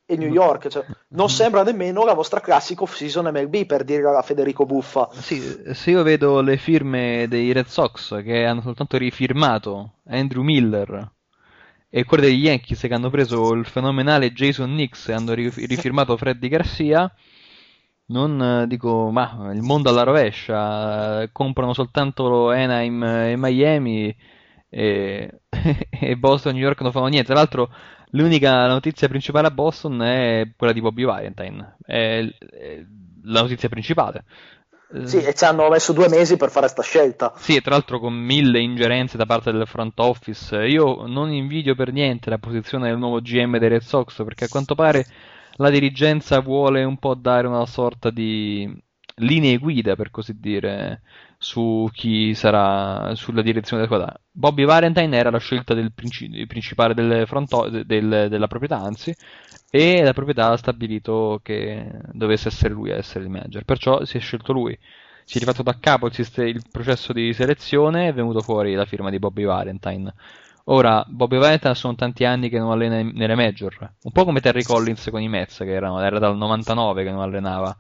e New York, cioè, non sembra nemmeno la vostra classica off-season MLB, per dire a Federico Buffa. Sì, se io vedo le firme dei Red Sox che hanno soltanto rifirmato Andrew Miller e quelle degli Yankees che hanno preso il fenomenale Jason Nix e hanno rifirmato Freddy Garcia, non dico, ma il mondo alla rovescia, comprano soltanto Anaheim e Miami e, e Boston e New York non fanno niente. Tra l'altro, l'unica notizia principale a Boston è quella di Bobby Valentine, è la notizia principale. Sì, e ci hanno messo 2 mesi per fare sta scelta. Sì, e tra l'altro con 1000 ingerenze da parte del front office. Io non invidio per niente la posizione del nuovo GM dei Red Sox, perché a quanto pare la dirigenza vuole un po' dare una sorta di linee guida, per così dire, su chi sarà sulla direzione della squadra. Bobby Valentine era la scelta del principale del della proprietà, anzi, e la proprietà ha stabilito che dovesse essere lui a essere il manager, perciò si è scelto lui. Si è rifatto da capo il processo di selezione, è venuto fuori la firma di Bobby Valentine. Ora, Bobby Valentine sono tanti anni che non allena nelle major, un po' come Terry Collins con i Mets, che era dal 99 che non allenava.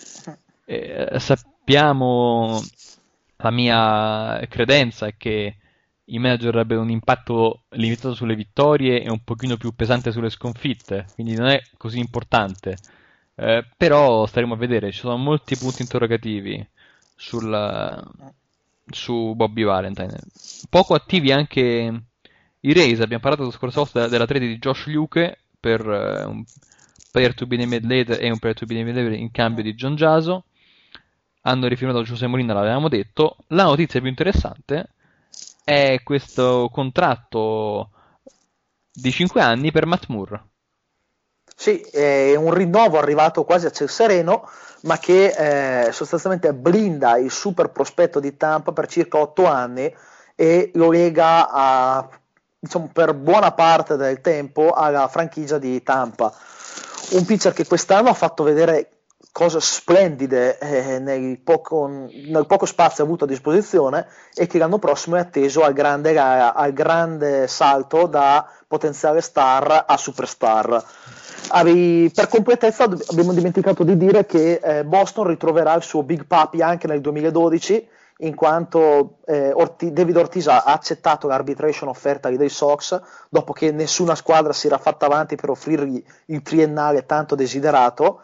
Sappiamo, la mia credenza è che i manager abbiano un impatto limitato sulle vittorie e un pochino più pesante sulle sconfitte, quindi non è così importante. Però staremo a vedere, ci sono molti punti interrogativi su Bobby Valentine. Poco attivi anche i Rays, abbiamo parlato la scorsa volta della trade di Josh Luke per un player to be named later e un player to be named later in cambio di John Jaso. Hanno rifirmato José Molina, l'avevamo detto. La notizia più interessante è questo contratto di 5 anni per Matt Moore. Sì, è un rinnovo arrivato quasi a ciel sereno, ma che sostanzialmente blinda il super prospetto di Tampa per circa 8 anni e lo lega a, diciamo, per buona parte del tempo alla franchigia di Tampa. Un pitcher che quest'anno ha fatto vedere cose splendide nel poco spazio avuto a disposizione e che l'anno prossimo è atteso al grande salto da potenziale star a superstar. Per completezza abbiamo dimenticato di dire che Boston ritroverà il suo Big Papi anche nel 2012, in quanto David Ortiz ha accettato l'arbitration offerta dei Sox dopo che nessuna squadra si era fatta avanti per offrirgli il triennale tanto desiderato,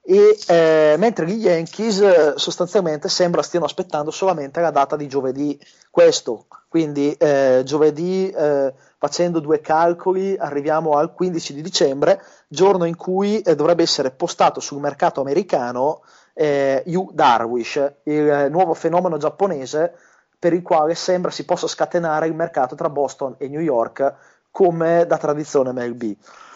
e mentre gli Yankees sostanzialmente sembra stiano aspettando solamente la data di giovedì questo, quindi giovedì facendo 2 calcoli arriviamo al 15 di dicembre, giorno in cui dovrebbe essere postato sul mercato americano Yu Darvish, il nuovo fenomeno giapponese per il quale sembra si possa scatenare il mercato tra Boston e New York come da tradizione MLB.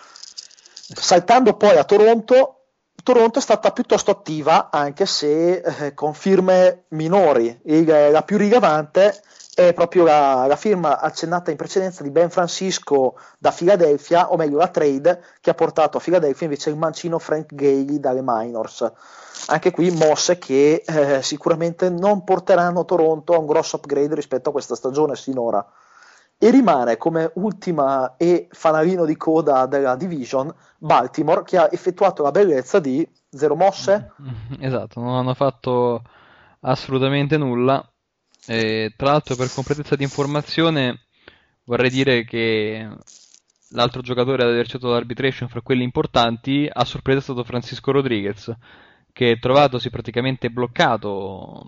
Saltando poi a Toronto è stata piuttosto attiva, anche se con firme minori. La più rilevante è proprio la firma accennata in precedenza di Ben Francisco da Philadelphia, o meglio la trade che ha portato a Philadelphia invece il mancino Frank Gailey dalle minors. Anche qui mosse che sicuramente non porteranno Toronto a un grosso upgrade rispetto a questa stagione sinora. E rimane come ultima e fanalino di coda della division Baltimore, che ha effettuato la bellezza di 0 mosse. Esatto, non hanno fatto assolutamente nulla. E, tra l'altro, per completezza di informazione, vorrei dire che l'altro giocatore ad aver ricevuto l'arbitration fra quelli importanti a sorpresa è stato Francisco Rodriguez, che trovatosi praticamente bloccato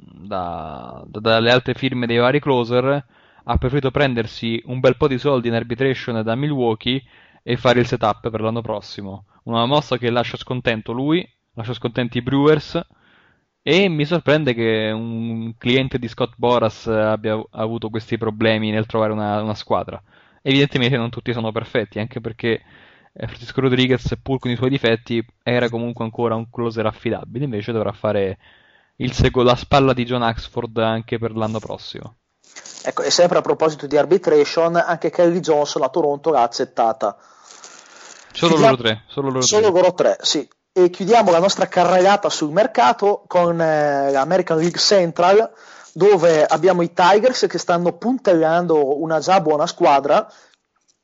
dalle altre firme dei vari closer, ha preferito prendersi un bel po' di soldi in arbitration da Milwaukee e fare il setup per l'anno prossimo. Una mossa che lascia scontento lui, lascia scontenti i Brewers, e mi sorprende che un cliente di Scott Boras abbia avuto questi problemi nel trovare una squadra. Evidentemente non tutti sono perfetti, anche perché Francisco Rodriguez, seppur con i suoi difetti, era comunque ancora un closer affidabile, invece dovrà fare la spalla di John Axford anche per l'anno prossimo. Ecco, e sempre a proposito di arbitration, anche Kelly Johnson a Toronto l'ha accettata. Solo loro tre. Solo loro tre, sì. E chiudiamo la nostra carrellata sul mercato con l'American League Central, dove abbiamo i Tigers che stanno puntellando una già buona squadra,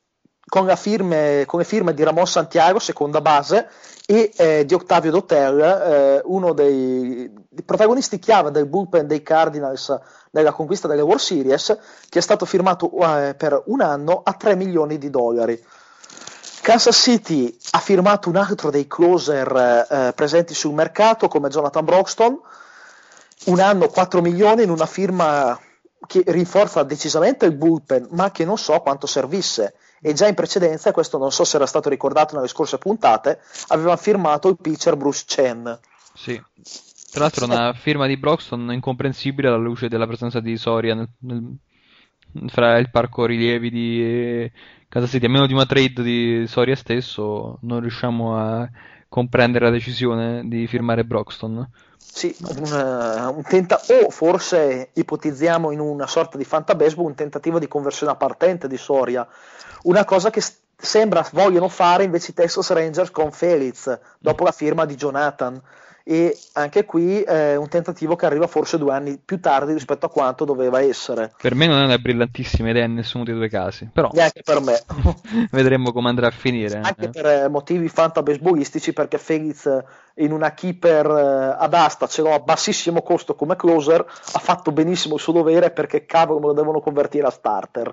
con le firme di Ramon Santiago, seconda base, e di Octavio Dotel, uno dei protagonisti chiave del bullpen dei Cardinals nella conquista delle World Series, che è stato firmato per un anno a $3 milioni. Kansas City ha firmato un altro dei closer presenti sul mercato come Jonathan Broxton, un anno 4 milioni in una firma che rinforza decisamente il bullpen, ma che non so quanto servisse. E già in precedenza, questo non so se era stato ricordato nelle scorse puntate, aveva firmato il pitcher Bruce Chen. Sì. Tra l'altro una firma di Broxton incomprensibile alla luce della presenza di Soria fra il parco rilievi di Kansas City. A meno di una trade di Soria stesso non riusciamo a comprendere la decisione di firmare Broxton. Sì, o forse ipotizziamo in una sorta di fantabaseball un tentativo di conversione a partente di Soria, una cosa che sembra vogliono fare invece i Texas Rangers con Felix dopo la firma di Jonathan, e anche qui un tentativo che arriva forse 2 anni più tardi rispetto a quanto doveva essere. Per me non è una brillantissima idea in nessuno dei due casi, però neanche per me. Vedremo come andrà a finire. Anche per motivi fantabasebalistici, perché Felix in una keeper ad asta ce l'ho a bassissimo costo come closer, ha fatto benissimo il suo dovere, perché cavolo me lo devono convertire a starter.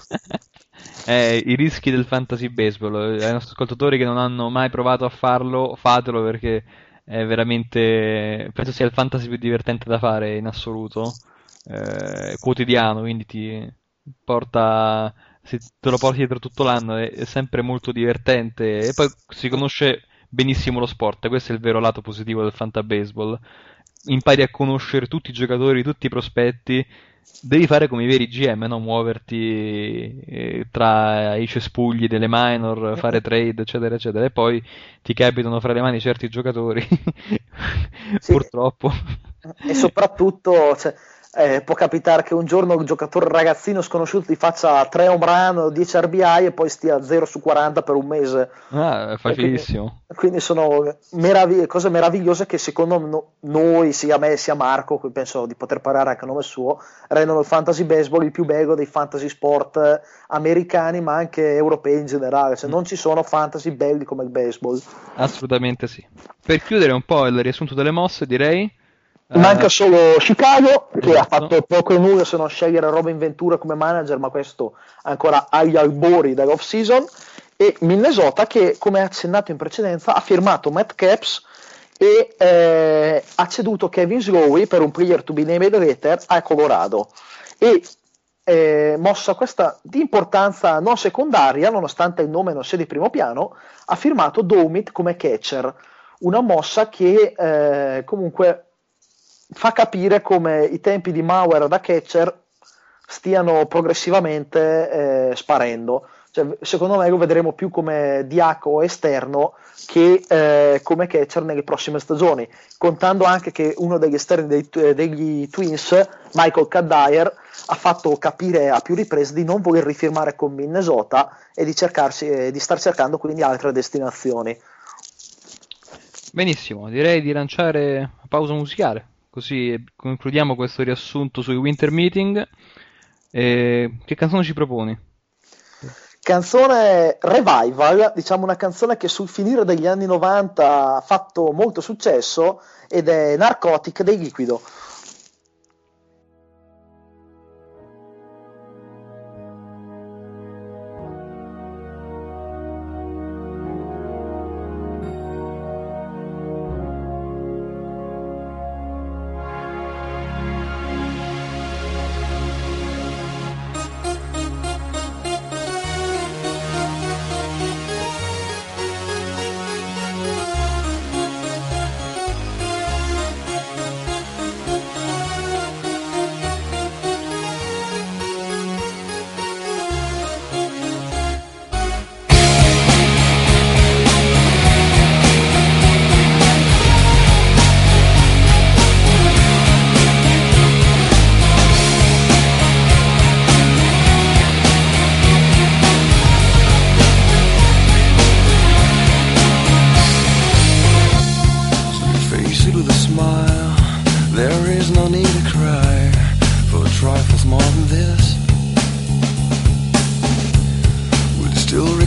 I rischi del fantasy baseball. Ai nostri ascoltatori che non hanno mai provato a farlo, fatelo, perché è veramente, penso sia il fantasy più divertente da fare in assoluto, quotidiano, quindi ti porta, se te lo porti dietro tutto l'anno è sempre molto divertente, e poi si conosce benissimo lo sport. Questo è il vero lato positivo del fantasy-baseball. Impari a conoscere tutti i giocatori, tutti i prospetti. Devi fare come i veri GM, no? Muoverti tra i cespugli delle minor, fare trade, eccetera, eccetera, e poi ti capitano fra le mani certi giocatori, Sì. purtroppo. E soprattutto può capitare che un giorno un giocatore ragazzino sconosciuto ti faccia 3 home run, 10 RBI e poi stia a 0 su 40 per un mese. È facilissimo. Quindi sono cose meravigliose che secondo noi, sia me sia Marco, qui penso di poter parlare anche a nome suo, rendono il fantasy baseball il più bello dei fantasy sport americani, ma anche europei in generale. Non ci sono fantasy belli come il baseball. Assolutamente sì. Per chiudere un po' il riassunto delle mosse, direi manca solo Chicago, che esatto. ha fatto poco e nulla se non scegliere Robin Ventura come manager, ma questo ancora agli albori dell'off season, e Minnesota che, come accennato in precedenza, ha firmato Matt Capps e ha ceduto Kevin Slowey per un player to be named later a Colorado, e mossa questa di importanza non secondaria, nonostante il nome non sia di primo piano, ha firmato Domit come catcher, una mossa che comunque fa capire come i tempi di Mauer da catcher stiano progressivamente sparendo. Secondo me lo vedremo più come diaco esterno che come catcher nelle prossime stagioni, contando anche che uno degli esterni degli Twins, Michael Kadire, ha fatto capire a più riprese di non voler rifirmare con Minnesota e di star cercando quindi altre destinazioni. Benissimo, direi di lanciare pausa musicale, così concludiamo questo riassunto sui Winter Meeting. Che canzone ci proponi? Canzone revival, diciamo una canzone che sul finire degli anni 90 ha fatto molto successo, ed è Narcotic dei Liquido.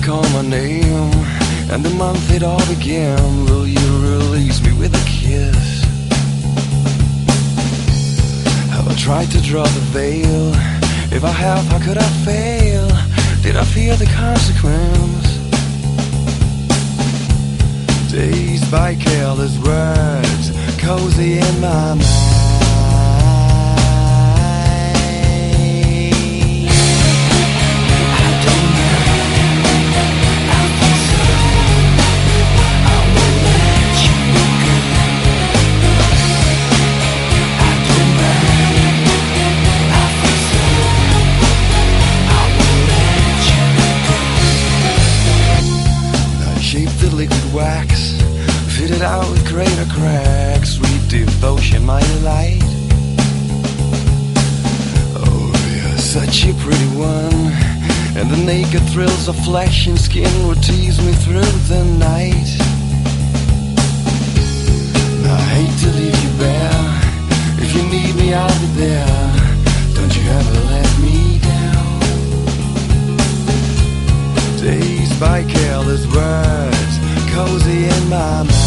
call my name, and the month it all began. Will you release me with a kiss? Have I tried to draw the veil? If I have, how could I fail? Did I fear the consequence? Dazed by careless words, cozy in my mind. Liquid wax, fitted out with greater cracks. Sweet devotion, my delight. Oh, you're such a pretty one, and the naked thrills of flesh and skin would tease me through the night. I hate to leave you bare. If you need me, I'll be there. Don't you ever let me down. Dazed by careless words, cozy in my mind.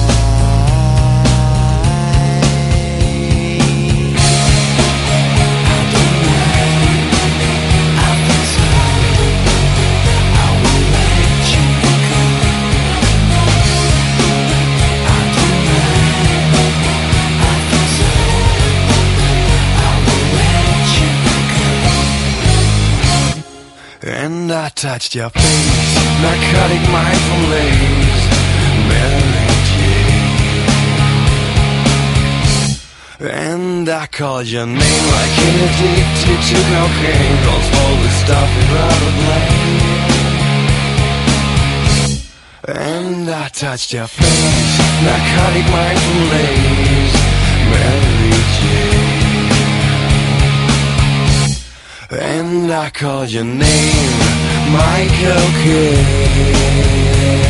And I touched your face, narcotic mindful lace, Mary Jane. And I called your name like an addicted to cocaine, calls all the stuff in rubber blade. And I touched your face, narcotic mindful lace, Mary Jane. And I called your name, Michael Kidd.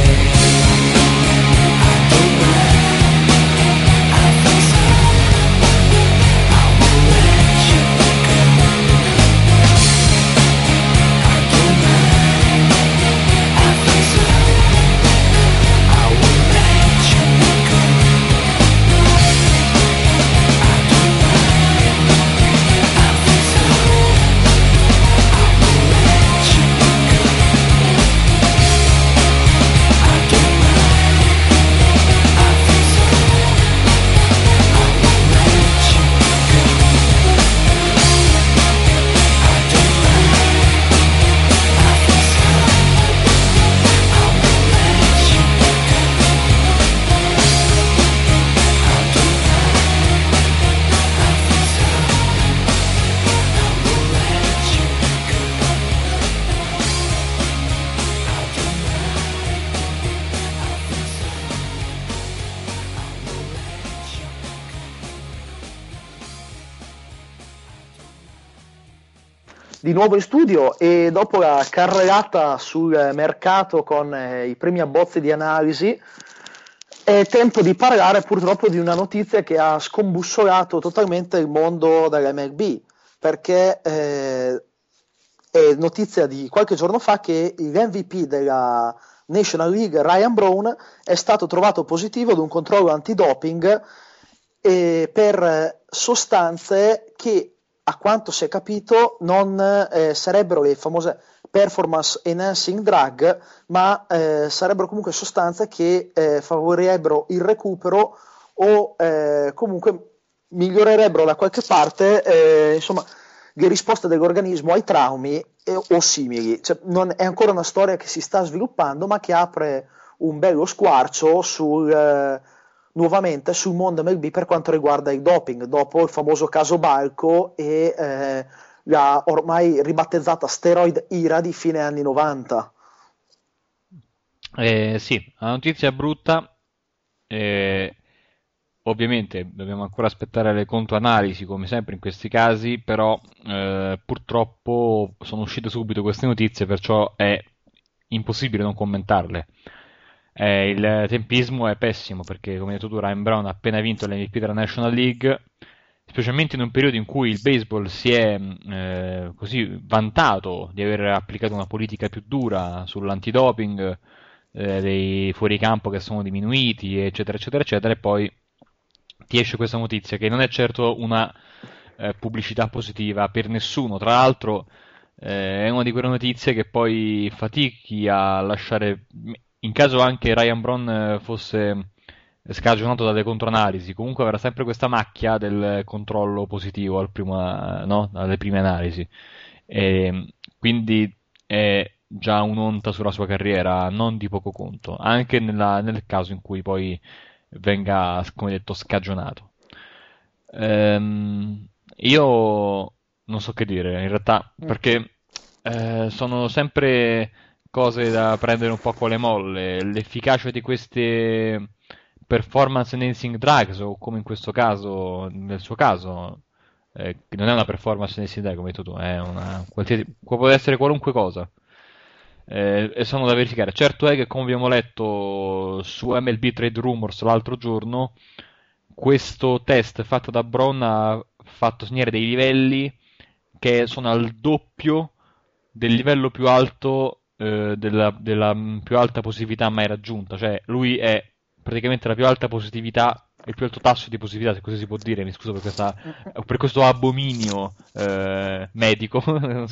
Di nuovo in studio e dopo la carrellata sul mercato con i primi abbozzi di analisi è tempo di parlare purtroppo di una notizia che ha scombussolato totalmente il mondo dell'MLB, perché è notizia di qualche giorno fa che l'MVP della National League, Ryan Braun, è stato trovato positivo ad un controllo antidoping per sostanze che, a quanto si è capito, non sarebbero le famose performance enhancing drug, ma sarebbero comunque sostanze che favorirebbero il recupero o comunque migliorerebbero da qualche parte insomma, le risposte dell'organismo ai traumi o simili. Cioè, è ancora una storia che si sta sviluppando, ma che apre un bello squarcio nuovamente sul mondo MLB per quanto riguarda il doping, dopo il famoso caso Balco e la ormai ribattezzata steroid IRA di fine anni 90. Sì, la notizia è brutta, ovviamente dobbiamo ancora aspettare le controanalisi come sempre in questi casi, però purtroppo sono uscite subito queste notizie, perciò è impossibile non commentarle. Il tempismo è pessimo perché, come hai detto tu, Ryan Braun ha appena vinto l'MVP della National League, specialmente in un periodo in cui il baseball si è così vantato di aver applicato una politica più dura sull'antidoping, dei fuoricampo che sono diminuiti, eccetera, eccetera, eccetera, e poi ti esce questa notizia che non è certo una pubblicità positiva per nessuno. Tra l'altro, è una di quelle notizie che poi fatichi a lasciare, in caso anche Ryan Braun fosse scagionato dalle controanalisi, comunque avrà sempre questa macchia del controllo positivo no? Alle prime analisi. Quindi è già un'onta sulla sua carriera, non di poco conto, anche nel caso in cui poi venga, come detto, scagionato. Io non so che dire, in realtà, perché sono sempre cose da prendere un po' con le molle. L'efficacia di queste performance enhancing drugs, o come in questo caso, nel suo caso, che non è una performance enhancing drug, come hai detto tu, è può essere qualunque cosa. E sono da verificare. Certo è che, come abbiamo letto su MLB Trade Rumors l'altro giorno, questo test fatto da Braun ha fatto segnare dei livelli che sono al doppio del livello più alto, della più alta positività mai raggiunta. Cioè, lui è praticamente la più alta positività, il più alto tasso di positività, se così si può dire. Mi scuso per questo abominio medico,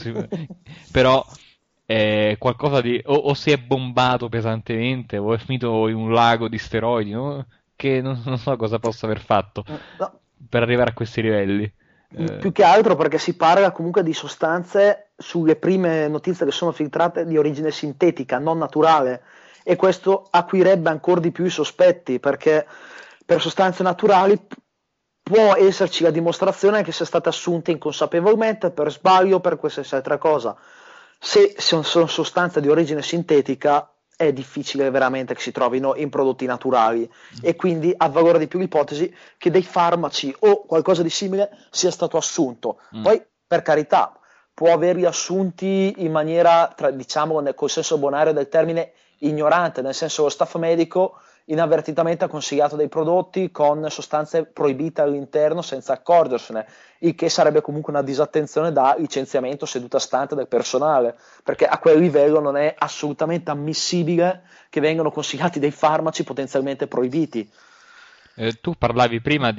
però è qualcosa di o si è bombato pesantemente o è finito in un lago di steroidi, no? Che non so cosa possa aver fatto No, per arrivare a questi livelli. più che altro perché si parla comunque di sostanze, sulle prime notizie che sono filtrate, di origine sintetica, non naturale, e questo acuirebbe ancora di più i sospetti, perché per sostanze naturali può esserci la dimostrazione che sia state assunte inconsapevolmente, per sbaglio, per qualsiasi altra cosa. Se sono sostanze di origine sintetica è difficile veramente che si trovino in prodotti naturali, e quindi avvalora di più l'ipotesi che dei farmaci o qualcosa di simile sia stato assunto. Poi, per carità, può averli assunti in maniera, diciamo, col senso bonario del termine, ignorante, nel senso lo staff medico inavvertitamente ha consigliato dei prodotti con sostanze proibite all'interno senza accorgersene, il che sarebbe comunque una disattenzione da licenziamento seduta stante del personale, perché a quel livello non è assolutamente ammissibile che vengano consigliati dei farmaci potenzialmente proibiti. Tu parlavi prima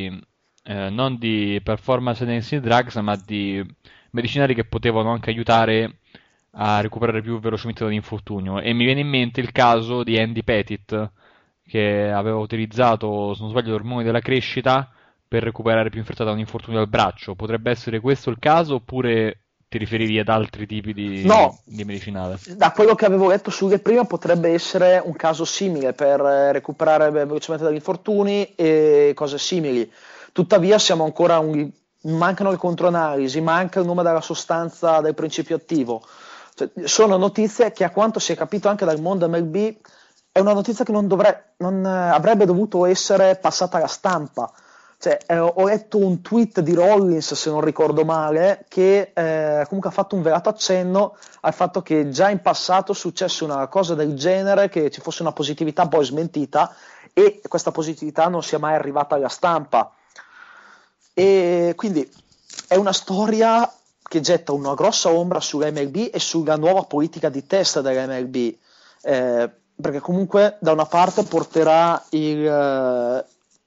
non di performance enhancing drugs, ma di medicinali che potevano anche aiutare a recuperare più velocemente dall'infortunio, e mi viene in mente il caso di Andy Pettit, che aveva utilizzato, se non sbaglio, l'ormone della crescita per recuperare più in fretta da un infortunio al braccio. Potrebbe essere questo il caso, oppure ti riferivi ad altri tipi No, di medicinale? da quello che avevo letto sulle prime potrebbe essere un caso simile per recuperare velocemente dagli infortuni e cose simili. Tuttavia siamo ancora mancano le controanalisi, manca il nome della sostanza, del principio attivo. Cioè, sono notizie che, a quanto si è capito anche dal mondo MLB, è una notizia che non avrebbe dovuto essere passata alla stampa. Cioè, ho letto un tweet di Rollins, se non ricordo male, che comunque ha fatto un velato accenno al fatto che già in passato successe una cosa del genere, che ci fosse una positività poi smentita, e questa positività non sia mai arrivata alla stampa. E quindi è una storia che getta una grossa ombra sull'MLB e sulla nuova politica di test dell'MLB, perché comunque da una parte porterà il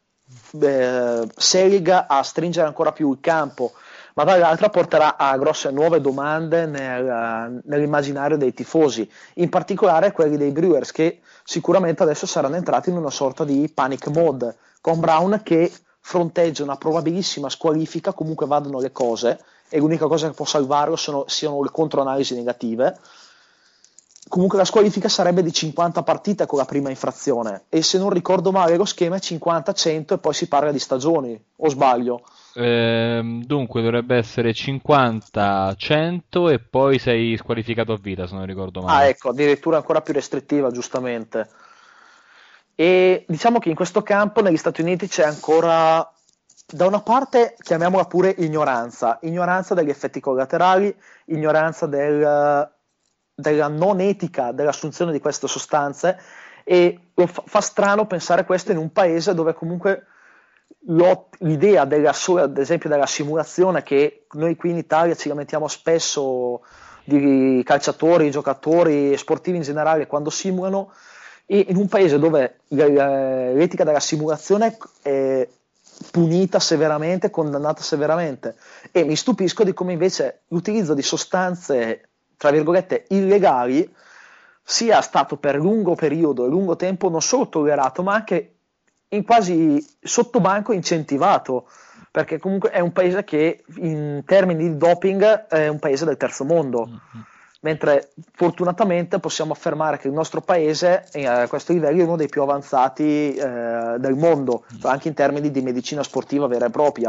Selig a stringere ancora più il campo, ma dall'altra porterà a grosse nuove domande nell'immaginario dei tifosi, in particolare quelli dei Brewers, che sicuramente adesso saranno entrati in una sorta di panic mode, con Brown che fronteggia una probabilissima squalifica, comunque vadano le cose, e l'unica cosa che può salvarlo siano le controanalisi negative. Comunque la squalifica sarebbe di 50 partite con la prima infrazione, e se non ricordo male lo schema è 50-100 e poi si parla di stagioni, o sbaglio? Dunque dovrebbe essere 50-100 e poi sei squalificato a vita, se non ricordo Ah, male. ecco, addirittura ancora più restrittiva, giustamente. E diciamo che in questo campo negli Stati Uniti c'è ancora, da una parte, chiamiamola pure ignoranza degli effetti collaterali, ignoranza della non etica dell'assunzione di queste sostanze, e fa strano pensare questo in un paese dove comunque l'idea ad esempio della simulazione, che noi qui in Italia ci lamentiamo spesso di calciatori, giocatori, sportivi in generale quando simulano, e in un paese dove l'etica della simulazione è punita severamente, condannata severamente, e mi stupisco di come invece l'utilizzo di sostanze tra virgolette illegali sia stato per lungo periodo e lungo tempo non solo tollerato, ma anche in quasi sottobanco incentivato, perché comunque è un paese che in termini di doping è un paese del terzo mondo, mentre fortunatamente possiamo affermare che il nostro paese a questo livello è uno dei più avanzati del mondo, anche in termini di medicina sportiva vera e propria.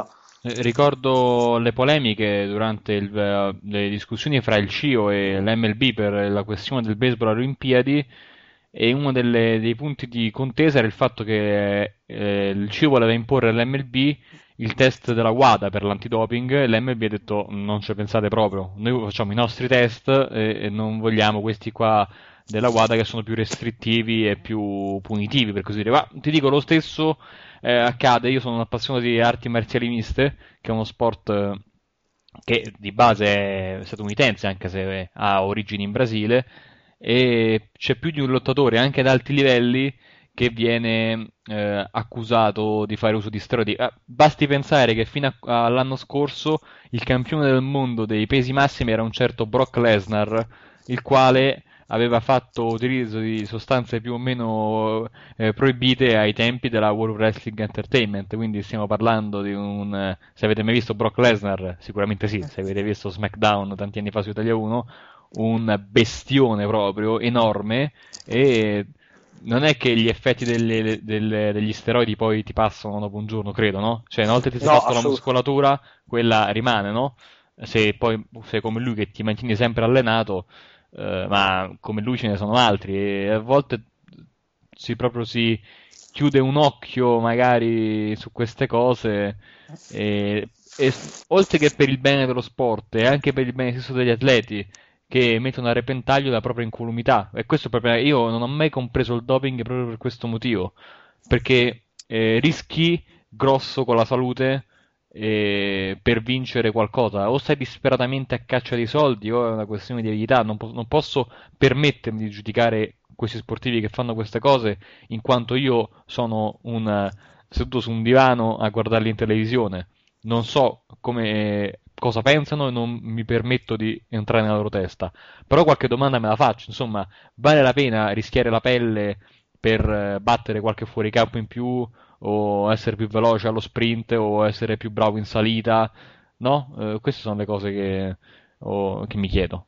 Ricordo le polemiche durante le discussioni fra il CIO e l'MLB per la questione del baseball alle Olimpiadi, e uno dei punti di contesa era il fatto che il CIO voleva imporre all'MLB il test della WADA per l'antidoping, e l'MLB ha detto non ci pensate proprio, noi facciamo i nostri test e non vogliamo questi qua della WADA che sono più restrittivi e più punitivi, per così dire. Ma ti dico, lo stesso accade. Io sono un appassionato di arti marziali miste, che è uno sport che di base è statunitense, anche se ha origini in Brasile, e c'è più di un lottatore, anche ad alti livelli, che viene accusato di fare uso di steroidi. Basti pensare che fino all'anno scorso il campione del mondo dei pesi massimi era un certo Brock Lesnar, il quale aveva fatto utilizzo di sostanze più o meno proibite ai tempi della World Wrestling Entertainment. Quindi stiamo parlando di se avete mai visto Brock Lesnar, sicuramente sì, se avete visto SmackDown tanti anni fa su Italia 1, un bestione proprio, enorme, e non è che gli effetti degli steroidi poi ti passano dopo un giorno, credo, no? Cioè, una volta che ti sei fatto la muscolatura, quella rimane, no? Se poi sei come lui che ti mantieni sempre allenato, ma come lui ce ne sono altri, e a volte proprio si chiude un occhio magari su queste cose, e oltre che per il bene dello sport e anche per il bene stesso degli atleti, che mettono a repentaglio la propria incolumità. E questo proprio, io non ho mai compreso il doping proprio per questo motivo, perché rischi grosso con la salute per vincere qualcosa. O sei disperatamente a caccia di soldi, o è una questione di eredità. Non posso permettermi di giudicare questi sportivi che fanno queste cose, in quanto io sono seduto su un divano a guardarli in televisione. Non so cosa pensano e non mi permetto di entrare nella loro testa. Però qualche domanda me la faccio. Insomma, vale la pena rischiare la pelle per battere qualche fuoricampo in più, o essere più veloce allo sprint, o essere più bravo in salita? No? Queste sono le cose che mi chiedo.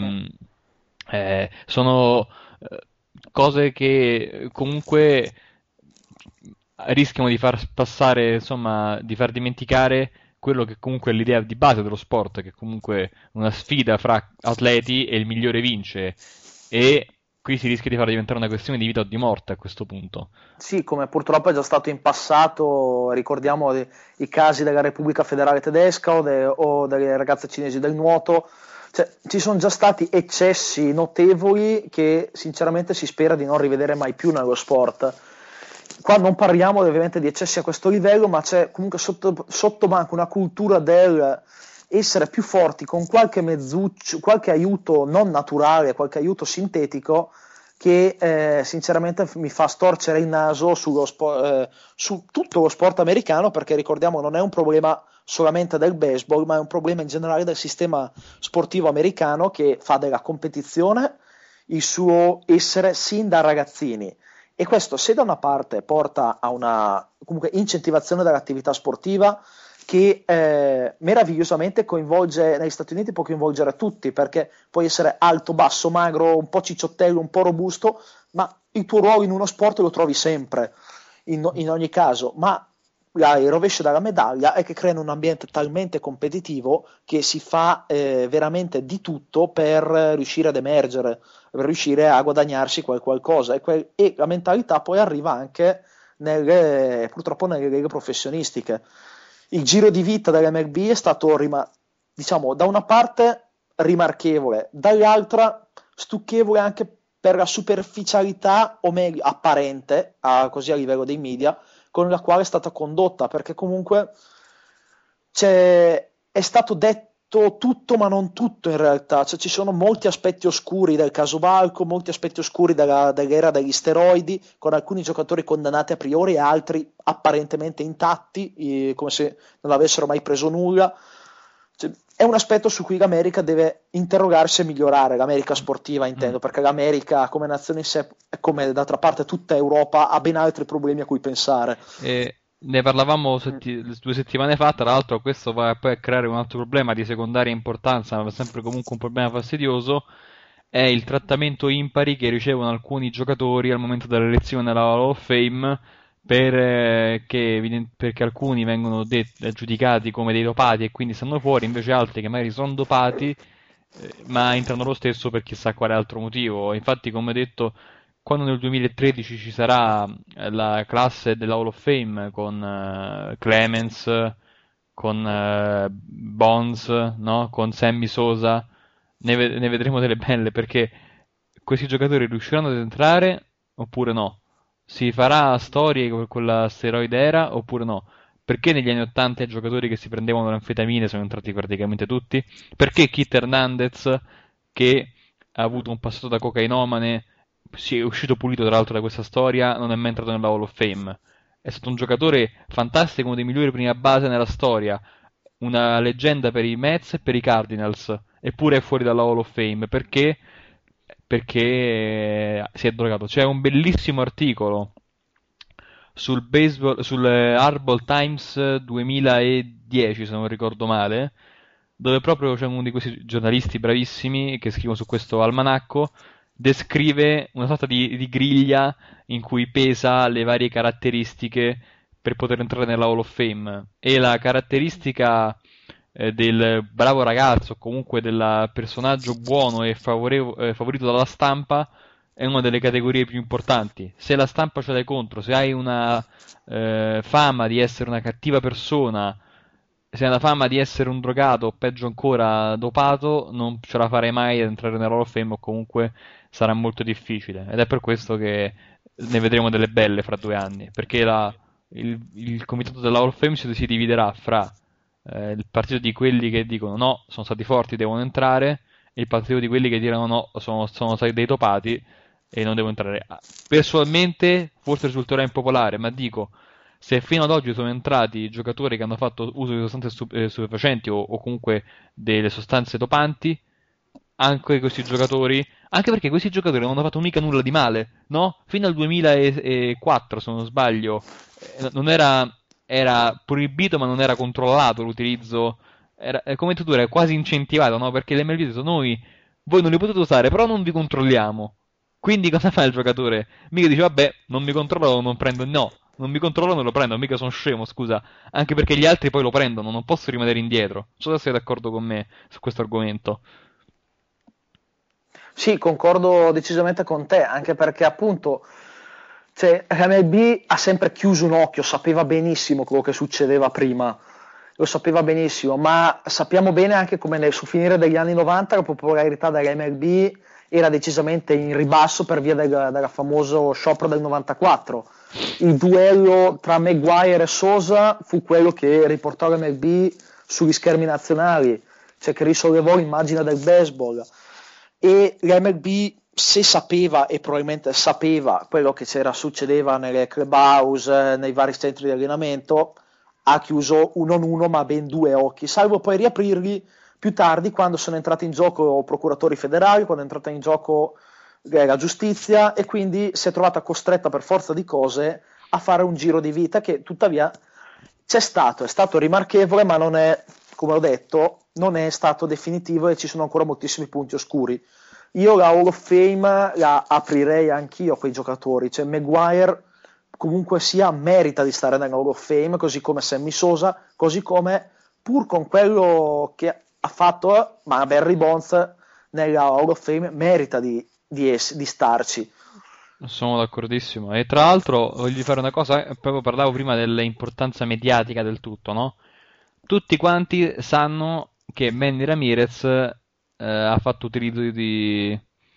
Sono cose che comunque rischiano di far passare, insomma, di far dimenticare quello che comunque è l'idea di base dello sport, che è comunque una sfida fra atleti e il migliore vince, e qui si rischia di far diventare una questione di vita o di morte a questo punto. Sì, come purtroppo è già stato in passato, ricordiamo i casi della Repubblica Federale Tedesca o delle ragazze cinesi del nuoto. Cioè, ci sono già stati eccessi notevoli che sinceramente si spera di non rivedere mai più nello sport. Qua non parliamo ovviamente di eccessi a questo livello, ma c'è comunque sotto banco una cultura del essere più forti con qualche mezzuccio, qualche aiuto non naturale, qualche aiuto sintetico, che sinceramente mi fa storcere il naso su tutto lo sport americano, perché ricordiamo non è un problema solamente del baseball, ma è un problema in generale del sistema sportivo americano, che fa della competizione il suo essere sin da ragazzini. E questo, se da una parte porta a una comunque incentivazione dell'attività sportiva, che meravigliosamente coinvolge, negli Stati Uniti può coinvolgere tutti, perché puoi essere alto, basso, magro, un po' cicciottello, un po' robusto, ma il tuo ruolo in uno sport lo trovi sempre, in ogni caso. Ma il rovescio della medaglia è che creano un ambiente talmente competitivo che si fa veramente di tutto per riuscire ad emergere, per riuscire a guadagnarsi qualcosa, e la mentalità poi arriva anche purtroppo nelle leghe professionistiche. Il giro di vita dell'MLB è stato, diciamo, da una parte rimarchevole, dall'altra stucchevole anche per la superficialità, o meglio apparente, così a livello dei media, con la quale è stata condotta, perché comunque è stato detto tutto ma non tutto in realtà, cioè ci sono molti aspetti oscuri del caso Balco, molti aspetti oscuri dell'era degli steroidi, con alcuni giocatori condannati a priori e altri apparentemente intatti, come se non avessero mai preso nulla. Cioè, è un aspetto su cui l'America deve interrogarsi e migliorare, l'America sportiva intendo, perché l'America come nazione in sé, come d'altra parte tutta Europa, ha ben altri problemi a cui pensare. E ne parlavamo 2 settimane fa, tra l'altro questo va poi a creare un altro problema di secondaria importanza, ma sempre comunque un problema fastidioso, è il trattamento impari che ricevono alcuni giocatori al momento dell'elezione alla Hall of Fame perché alcuni vengono giudicati come dei dopati e quindi stanno fuori, invece altri che magari sono dopati ma entrano lo stesso per chissà quale altro motivo. Infatti, come detto, quando nel 2013 ci sarà la classe della Hall of Fame con Clemens, con Bonds, no? Con Sammy Sosa, ne vedremo delle belle perché questi giocatori riusciranno ad entrare oppure no? Si farà storie con la steroide era oppure no? Perché negli anni 80 i giocatori che si prendevano le anfetamine sono entrati praticamente tutti? Perché Kit Hernandez, che ha avuto un passato da cocainomane, si è uscito pulito tra l'altro da questa storia, non è mai entrato nella Hall of Fame? È stato un giocatore fantastico, uno dei migliori prima base nella storia, una leggenda per i Mets e per i Cardinals, eppure è fuori dalla Hall of Fame. Perché? Perché si è drogato. C'è un bellissimo articolo sul Hardball Times 2010, se non ricordo male, dove proprio c'è uno di questi giornalisti bravissimi che scrivono su questo almanacco, descrive una sorta di griglia in cui pesa le varie caratteristiche per poter entrare nella Hall of Fame. E la caratteristica del bravo ragazzo, comunque del personaggio buono e favorito dalla stampa, è una delle categorie più importanti. Se la stampa ce l'hai contro, se hai una fama di essere una cattiva persona, se hai la fama di essere un drogato o peggio ancora dopato, non ce la farei mai ad entrare nella Hall of Fame o comunque sarà molto difficile. Ed è per questo che ne vedremo delle belle fra 2 anni, perché il comitato della Hall of Fame si dividerà fra il partito di quelli che dicono no, sono stati forti, devono entrare, e il partito di quelli che dicono no, sono stati dei topati e non devo entrare. Personalmente forse risulterà impopolare, ma dico, se fino ad oggi sono entrati giocatori che hanno fatto uso di sostanze stupefacenti o comunque delle sostanze dopanti, anche questi giocatori, anche perché questi giocatori non hanno fatto mica nulla di male, no? Fino al 2004, se non sbaglio, non era proibito ma non era controllato l'utilizzo, come tu era quasi incentivato, no? Perché l'MLB ha detto voi non li potete usare, però non vi controlliamo. Quindi cosa fa il giocatore? Mica dice vabbè, non mi controllano, non prendo, no, non mi controllano, lo prendo, mica sono scemo, scusa, anche perché gli altri poi lo prendono, non posso rimanere indietro. Non so se sei d'accordo con me su questo argomento. Sì, concordo decisamente con te, anche perché appunto cioè, l'MLB ha sempre chiuso un occhio, sapeva benissimo quello che succedeva prima, lo sapeva benissimo, ma sappiamo bene anche come sul finire degli anni 90 la popolarità dell'MLB era decisamente in ribasso per via del famoso sciopero del 94. Il duello tra Maguire e Sosa fu quello che riportò l'MLB sugli schermi nazionali, cioè che risollevò l'immagine del baseball. E l'MLB, se sapeva, e probabilmente sapeva quello che succedeva nelle clubhouse, nei vari centri di allenamento, ha chiuso non uno ma ben 2 occhi, salvo poi riaprirli più tardi quando sono entrati in gioco procuratori federali, quando è entrata in gioco la giustizia, e quindi si è trovata costretta per forza di cose a fare un giro di vita che tuttavia è stato rimarchevole, ma non è, come ho detto, non è stato definitivo e ci sono ancora moltissimi punti oscuri. Io la Hall of Fame la aprirei anch'io a quei giocatori, cioè Maguire comunque sia merita di stare nella Hall of Fame, così come Sammy Sosa, così come pur con quello che ha fatto, ma Barry Bonds nella Hall of Fame merita di starci. Sono d'accordissimo. E tra l'altro voglio fare una cosa, proprio parlavo prima dell'importanza mediatica del tutto, no? Tutti quanti sanno che Manny Ramirez ha fatto utilizzo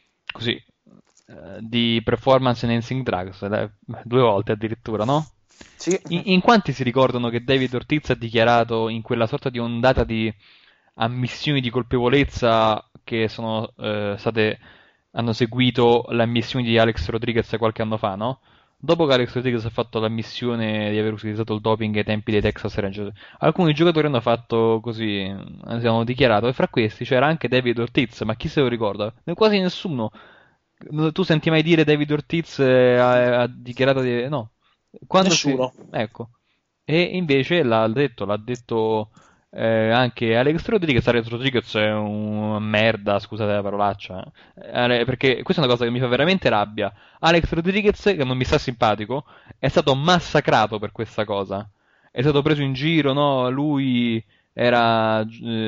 di performance enhancing drugs 2 volte addirittura, no? Sì. In quanti si ricordano che David Ortiz ha dichiarato in quella sorta di ondata di ammissioni di colpevolezza che sono hanno seguito le ammissioni di Alex Rodriguez qualche anno fa, no? Dopo che Alex Rodriguez ha fatto l'ammissione di aver utilizzato il doping ai tempi dei Texas Rangers, alcuni giocatori hanno fatto così, hanno dichiarato, e fra questi c'era anche David Ortiz, ma chi se lo ricorda? Quasi nessuno. Tu senti mai dire David Ortiz ha dichiarato di... No. Nessuno. Ecco. E invece l'ha detto anche Alex Rodriguez è un merda, scusate la parolaccia, perché questa è una cosa che mi fa veramente rabbia. Alex Rodriguez, che non mi sta simpatico, è stato massacrato per questa cosa. È stato preso in giro, no? Lui era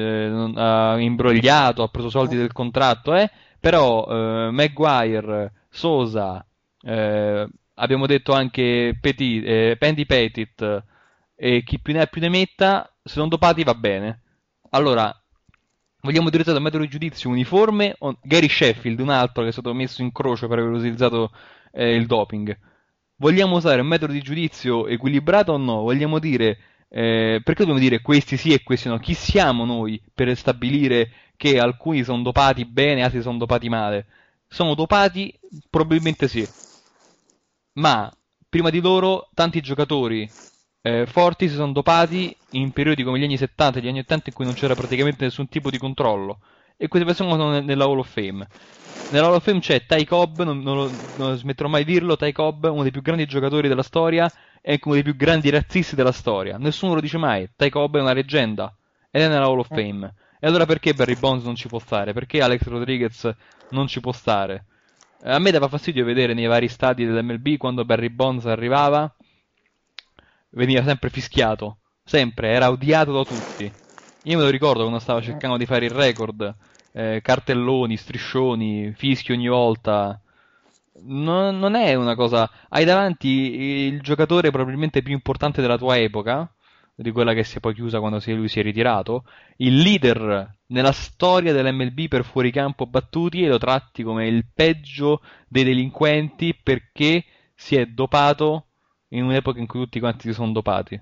ha imbrogliato, ha preso soldi del contratto, però Maguire, Sosa, abbiamo detto anche Pendy Pettit e chi più ne ha più ne metta, se non dopati va bene. Allora, vogliamo utilizzare un metodo di giudizio uniforme o Gary Sheffield, un altro che è stato messo in croce per aver utilizzato il doping? Vogliamo usare un metodo di giudizio equilibrato o no? Vogliamo dire, perché dobbiamo dire questi sì e questi no? Chi siamo noi per stabilire che alcuni sono dopati bene e altri sono dopati male? Sono dopati? Probabilmente sì. Ma prima di loro tanti giocatori forti si sono dopati in periodi come gli anni 70 e gli anni 80 in cui non c'era praticamente nessun tipo di controllo. E queste persone sono nella Hall of Fame. Nella Hall of Fame c'è Ty Cobb, non smetterò mai di dirlo, Ty Cobb, uno dei più grandi giocatori della storia e uno dei più grandi razzisti della storia. Nessuno lo dice mai. Ty Cobb è una leggenda ed è nella Hall of Fame. E allora perché Barry Bonds non ci può stare? Perché Alex Rodriguez non ci può stare? A me dava fastidio vedere nei vari stadi dell'MLB quando Barry Bonds arrivava, veniva sempre fischiato, sempre, era odiato da tutti. Io me lo ricordo quando stava cercando di fare il record, cartelloni, striscioni, fischi ogni volta. Non è una cosa... Hai davanti il giocatore probabilmente più importante della tua epoca, di quella che si è poi chiusa quando lui si è ritirato, il leader nella storia dell'MLB per fuoricampo battuti, e lo tratti come il peggio dei delinquenti perché si è dopato in un'epoca in cui tutti quanti si sono dopati.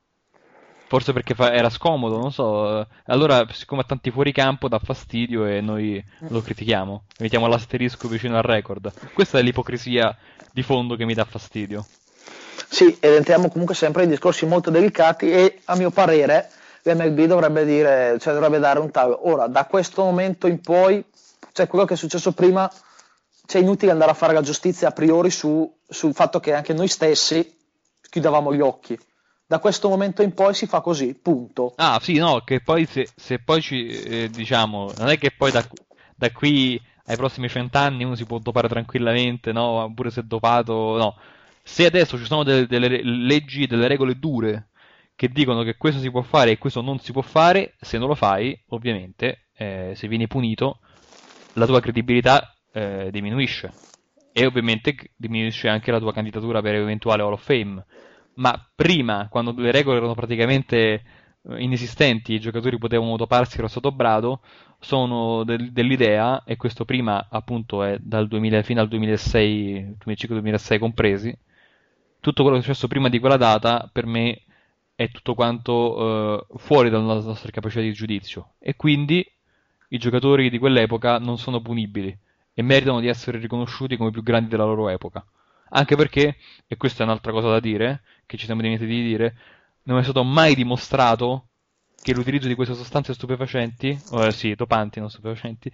Forse perché era scomodo, non so. Allora, siccome ha tanti fuoricampo, dà fastidio e noi lo critichiamo. Mettiamo l'asterisco vicino al record. Questa è l'ipocrisia di fondo che mi dà fastidio. Sì, ed entriamo comunque sempre in discorsi molto delicati e a mio parere l'MLB dovrebbe dire, cioè dovrebbe dare un taglio. Ora, da questo momento in poi, cioè quello che è successo prima, c'è inutile andare a fare la giustizia a priori sul fatto che anche noi stessi chiudevamo gli occhi. Da questo momento in poi si fa così, punto. Ah, sì, no, che poi se poi ci diciamo, non è che poi da qui ai prossimi 100 anni uno si può dopare tranquillamente, no? Pure se è dopato, no. Se adesso ci sono delle leggi, delle regole dure che dicono che questo si può fare e questo non si può fare, se non lo fai, ovviamente, se vieni punito, la tua credibilità diminuisce. E ovviamente diminuisce anche la tua candidatura per eventuale Hall of Fame. Ma prima, quando le regole erano praticamente inesistenti, i giocatori potevano doparsi allo stato brado, sono dell'idea, e questo prima appunto è dal 2000 fino al 2006, 2005-2006 compresi, tutto quello che è successo prima di quella data per me è tutto quanto fuori dalla nostra capacità di giudizio, e quindi i giocatori di quell'epoca non sono punibili e meritano di essere riconosciuti come i più grandi della loro epoca. Anche perché, e questa è un'altra cosa da dire, che ci siamo dimenticati di dire, non è stato mai dimostrato che l'utilizzo di queste sostanze stupefacenti, sì, dopanti, non stupefacenti,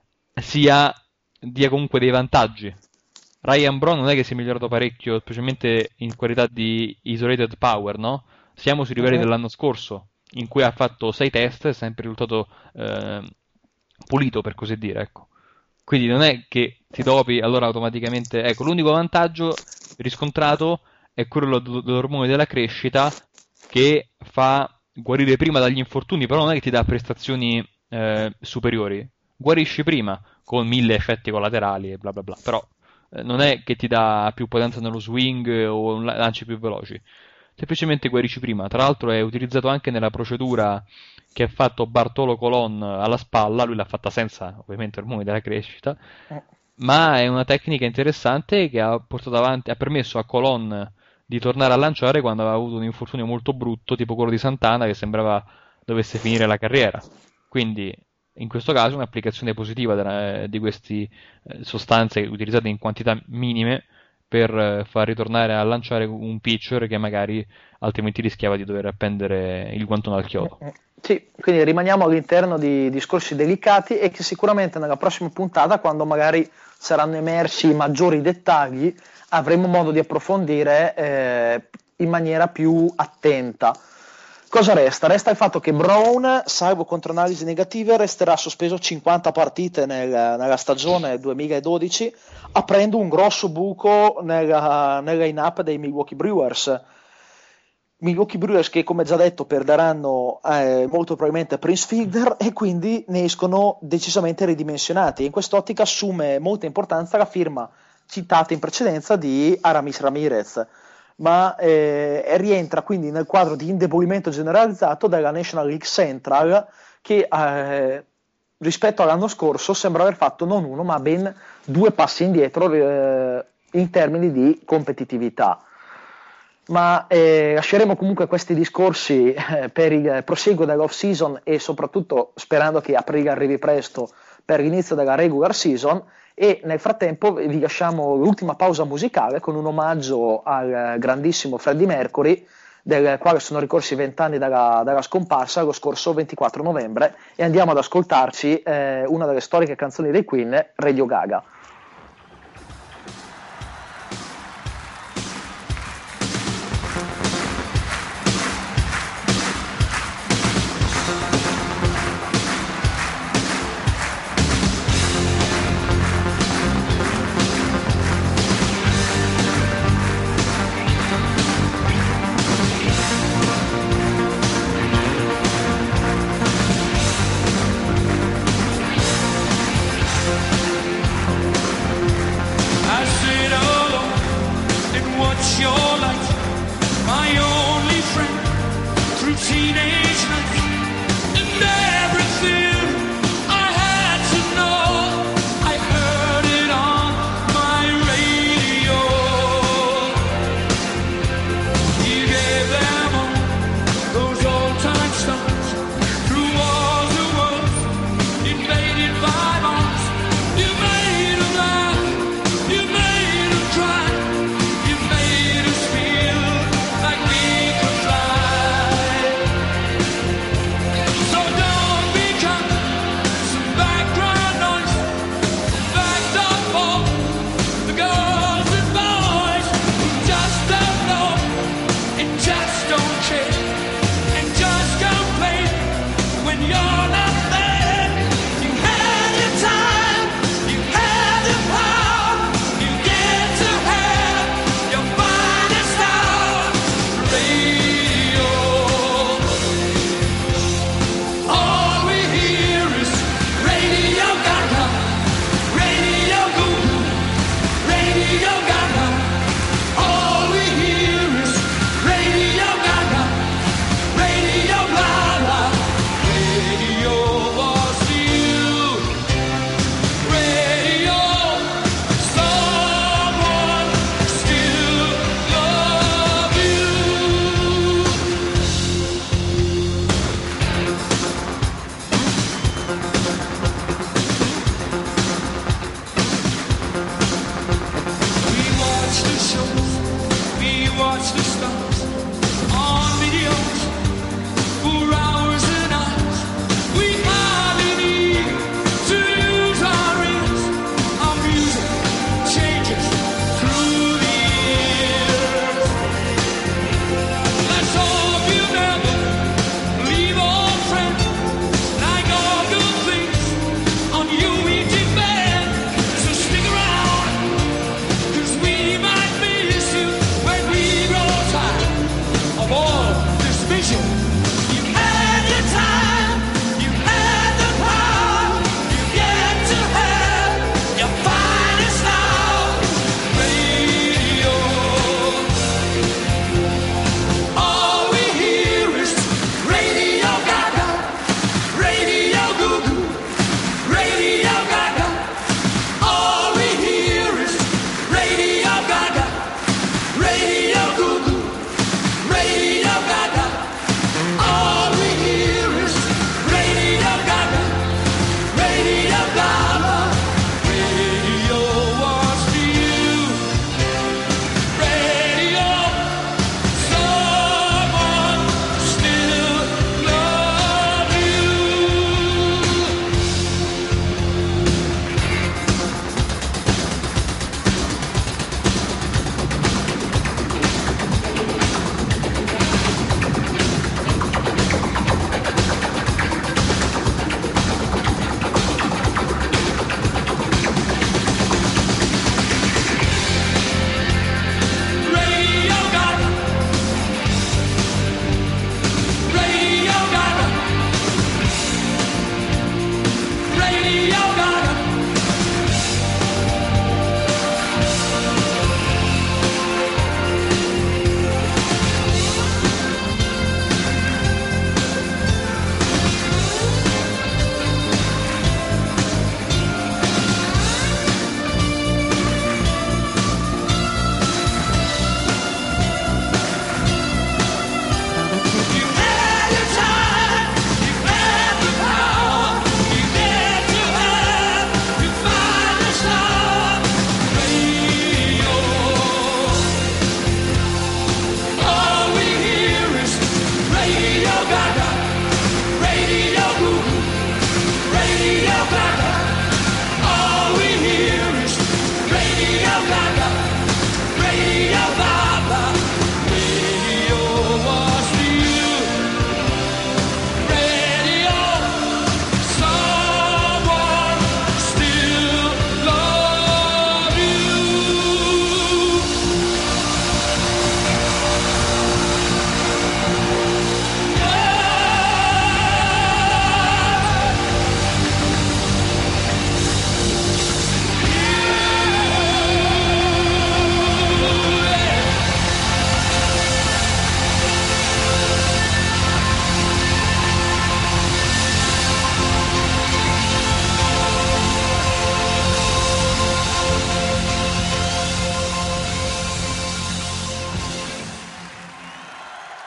dia comunque dei vantaggi. Ryan Braun non è che si è migliorato parecchio, specialmente in qualità di isolated power, no? Siamo sui livelli dell'anno scorso, in cui ha fatto 6 test e è sempre risultato pulito, per così dire, ecco. Quindi non è che ti dopi allora automaticamente... Ecco, l'unico vantaggio riscontrato è quello dell'ormone della crescita, che fa guarire prima dagli infortuni, però non è che ti dà prestazioni superiori. Guarisci prima, con 1000 effetti collaterali e bla bla bla, però non è che ti dà più potenza nello swing o lanci più veloci. Semplicemente guarisci prima. Tra l'altro è utilizzato anche nella procedura che ha fatto Bartolo Colon alla spalla. Lui l'ha fatta senza ovviamente ormoni della crescita, ma è una tecnica interessante che ha portato avanti, ha permesso a Colon di tornare a lanciare quando aveva avuto un infortunio molto brutto, tipo quello di Santana, che sembrava dovesse finire la carriera. Quindi, in questo caso, un'applicazione positiva di queste sostanze utilizzate in quantità minime per far ritornare a lanciare un pitcher che magari altrimenti rischiava di dover appendere il guantone al chiodo. Sì, quindi rimaniamo all'interno di discorsi delicati e che sicuramente nella prossima puntata, quando magari saranno emersi maggiori dettagli, avremo modo di approfondire in maniera più attenta. Cosa resta? Resta il fatto che Brown, salvo contro analisi negative, resterà sospeso 50 partite nella stagione 2012, aprendo un grosso buco nel line-up dei Milwaukee Brewers. Milwaukee Brewers che, come già detto, perderanno molto probabilmente Prince Fielder e quindi ne escono decisamente ridimensionati. In quest'ottica assume molta importanza la firma citata in precedenza di Aramis Ramirez, ma rientra quindi nel quadro di indebolimento generalizzato della National League Central, che rispetto all'anno scorso sembra aver fatto non uno ma ben 2 passi indietro in termini di competitività. Ma lasceremo comunque questi discorsi per il proseguo dell'off season e soprattutto sperando che aprile arrivi presto per l'inizio della regular season, e nel frattempo vi lasciamo l'ultima pausa musicale con un omaggio al grandissimo Freddie Mercury, del quale sono ricorsi 20 anni dalla scomparsa lo scorso 24 novembre, e andiamo ad ascoltarci una delle storiche canzoni dei Queen, Radio Gaga.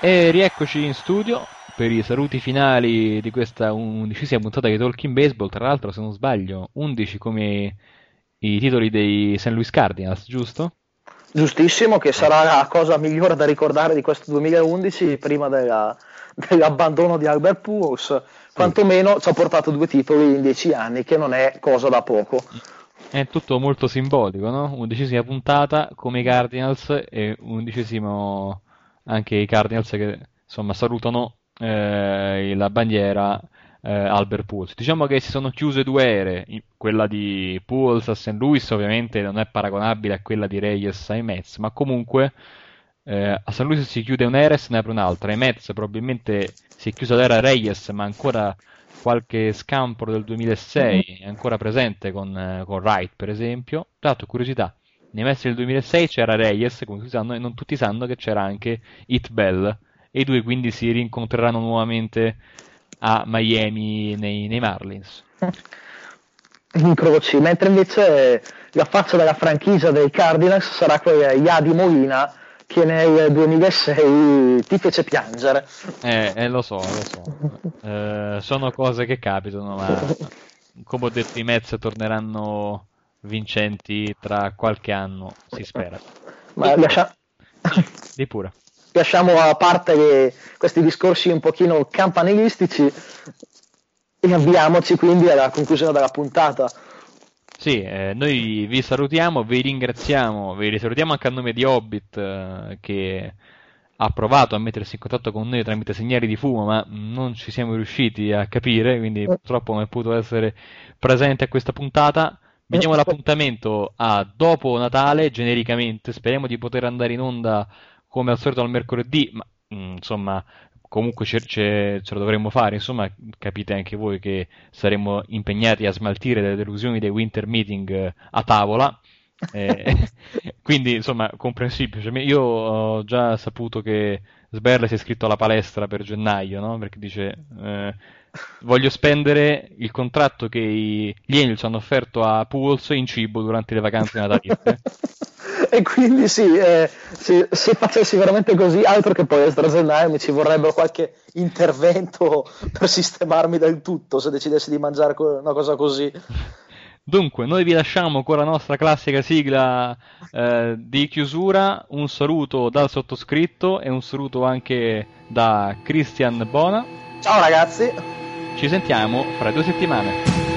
E rieccoci in studio per i saluti finali di questa 11ª puntata di Talking Baseball. Tra l'altro, se non sbaglio, 11 come i titoli dei St. Louis Cardinals, giusto? Giustissimo, che sarà la cosa migliore da ricordare di questo 2011 prima dell'abbandono di Albert Pujols. Quantomeno ci ha portato 2 titoli in 10 anni, che non è cosa da poco. È tutto molto simbolico, no? 11ª puntata come i Cardinals e 11º anche i Cardinals che insomma salutano la bandiera Albert Pujols. Diciamo che si sono chiuse 2 ere, quella di Pujols a St. Louis ovviamente non è paragonabile a quella di Reyes ai Mets, ma comunque a St. Louis si chiude un'era e se ne apre un'altra. Ai Mets probabilmente si è chiusa l'era Reyes, ma ancora qualche scampolo del 2006 è ancora presente con Wright, per esempio. Tra l'altro, curiosità, nei Mets del 2006 c'era Reyes, come tutti sanno, e non tutti sanno che c'era anche Hit Bell, e i due quindi si rincontreranno nuovamente a Miami nei Marlins. Incroci, mentre invece la faccia della franchigia dei Cardinals sarà quella di Yadi Molina, che nel 2006 ti fece piangere. Lo so. Sono cose che capitano, ma come ho detto i Mets torneranno vincenti tra qualche anno, si spera. Ma Di pure. Lasciamo a parte questi discorsi un pochino campanilistici e avviamoci quindi alla conclusione della puntata. Sì, noi vi salutiamo, vi ringraziamo, vi risalutiamo anche a nome di Hobbit che ha provato a mettersi in contatto con noi tramite segnali di fumo, ma non ci siamo riusciti a capire, quindi purtroppo non è potuto essere presente a questa puntata. Vi diamo l'appuntamento a dopo Natale, genericamente, speriamo di poter andare in onda come al solito al mercoledì, ma insomma comunque ce lo dovremmo fare, insomma capite anche voi che saremo impegnati a smaltire le delusioni dei winter meeting a tavola, quindi insomma comprensibile. Cioè, io ho già saputo che Sberle si è iscritto alla palestra per gennaio, no? Perché dice voglio spendere il contratto che gli Angels hanno offerto a Pujols in cibo durante le vacanze natalizie. E quindi se facessi veramente così, altro che poi a gennaio mi ci vorrebbe qualche intervento per sistemarmi del tutto se decidessi di mangiare una cosa così. Dunque, noi vi lasciamo con la nostra classica sigla di chiusura. Un saluto dal sottoscritto e un saluto anche da Christian Bona. Ciao ragazzi! Ci sentiamo fra 2 settimane.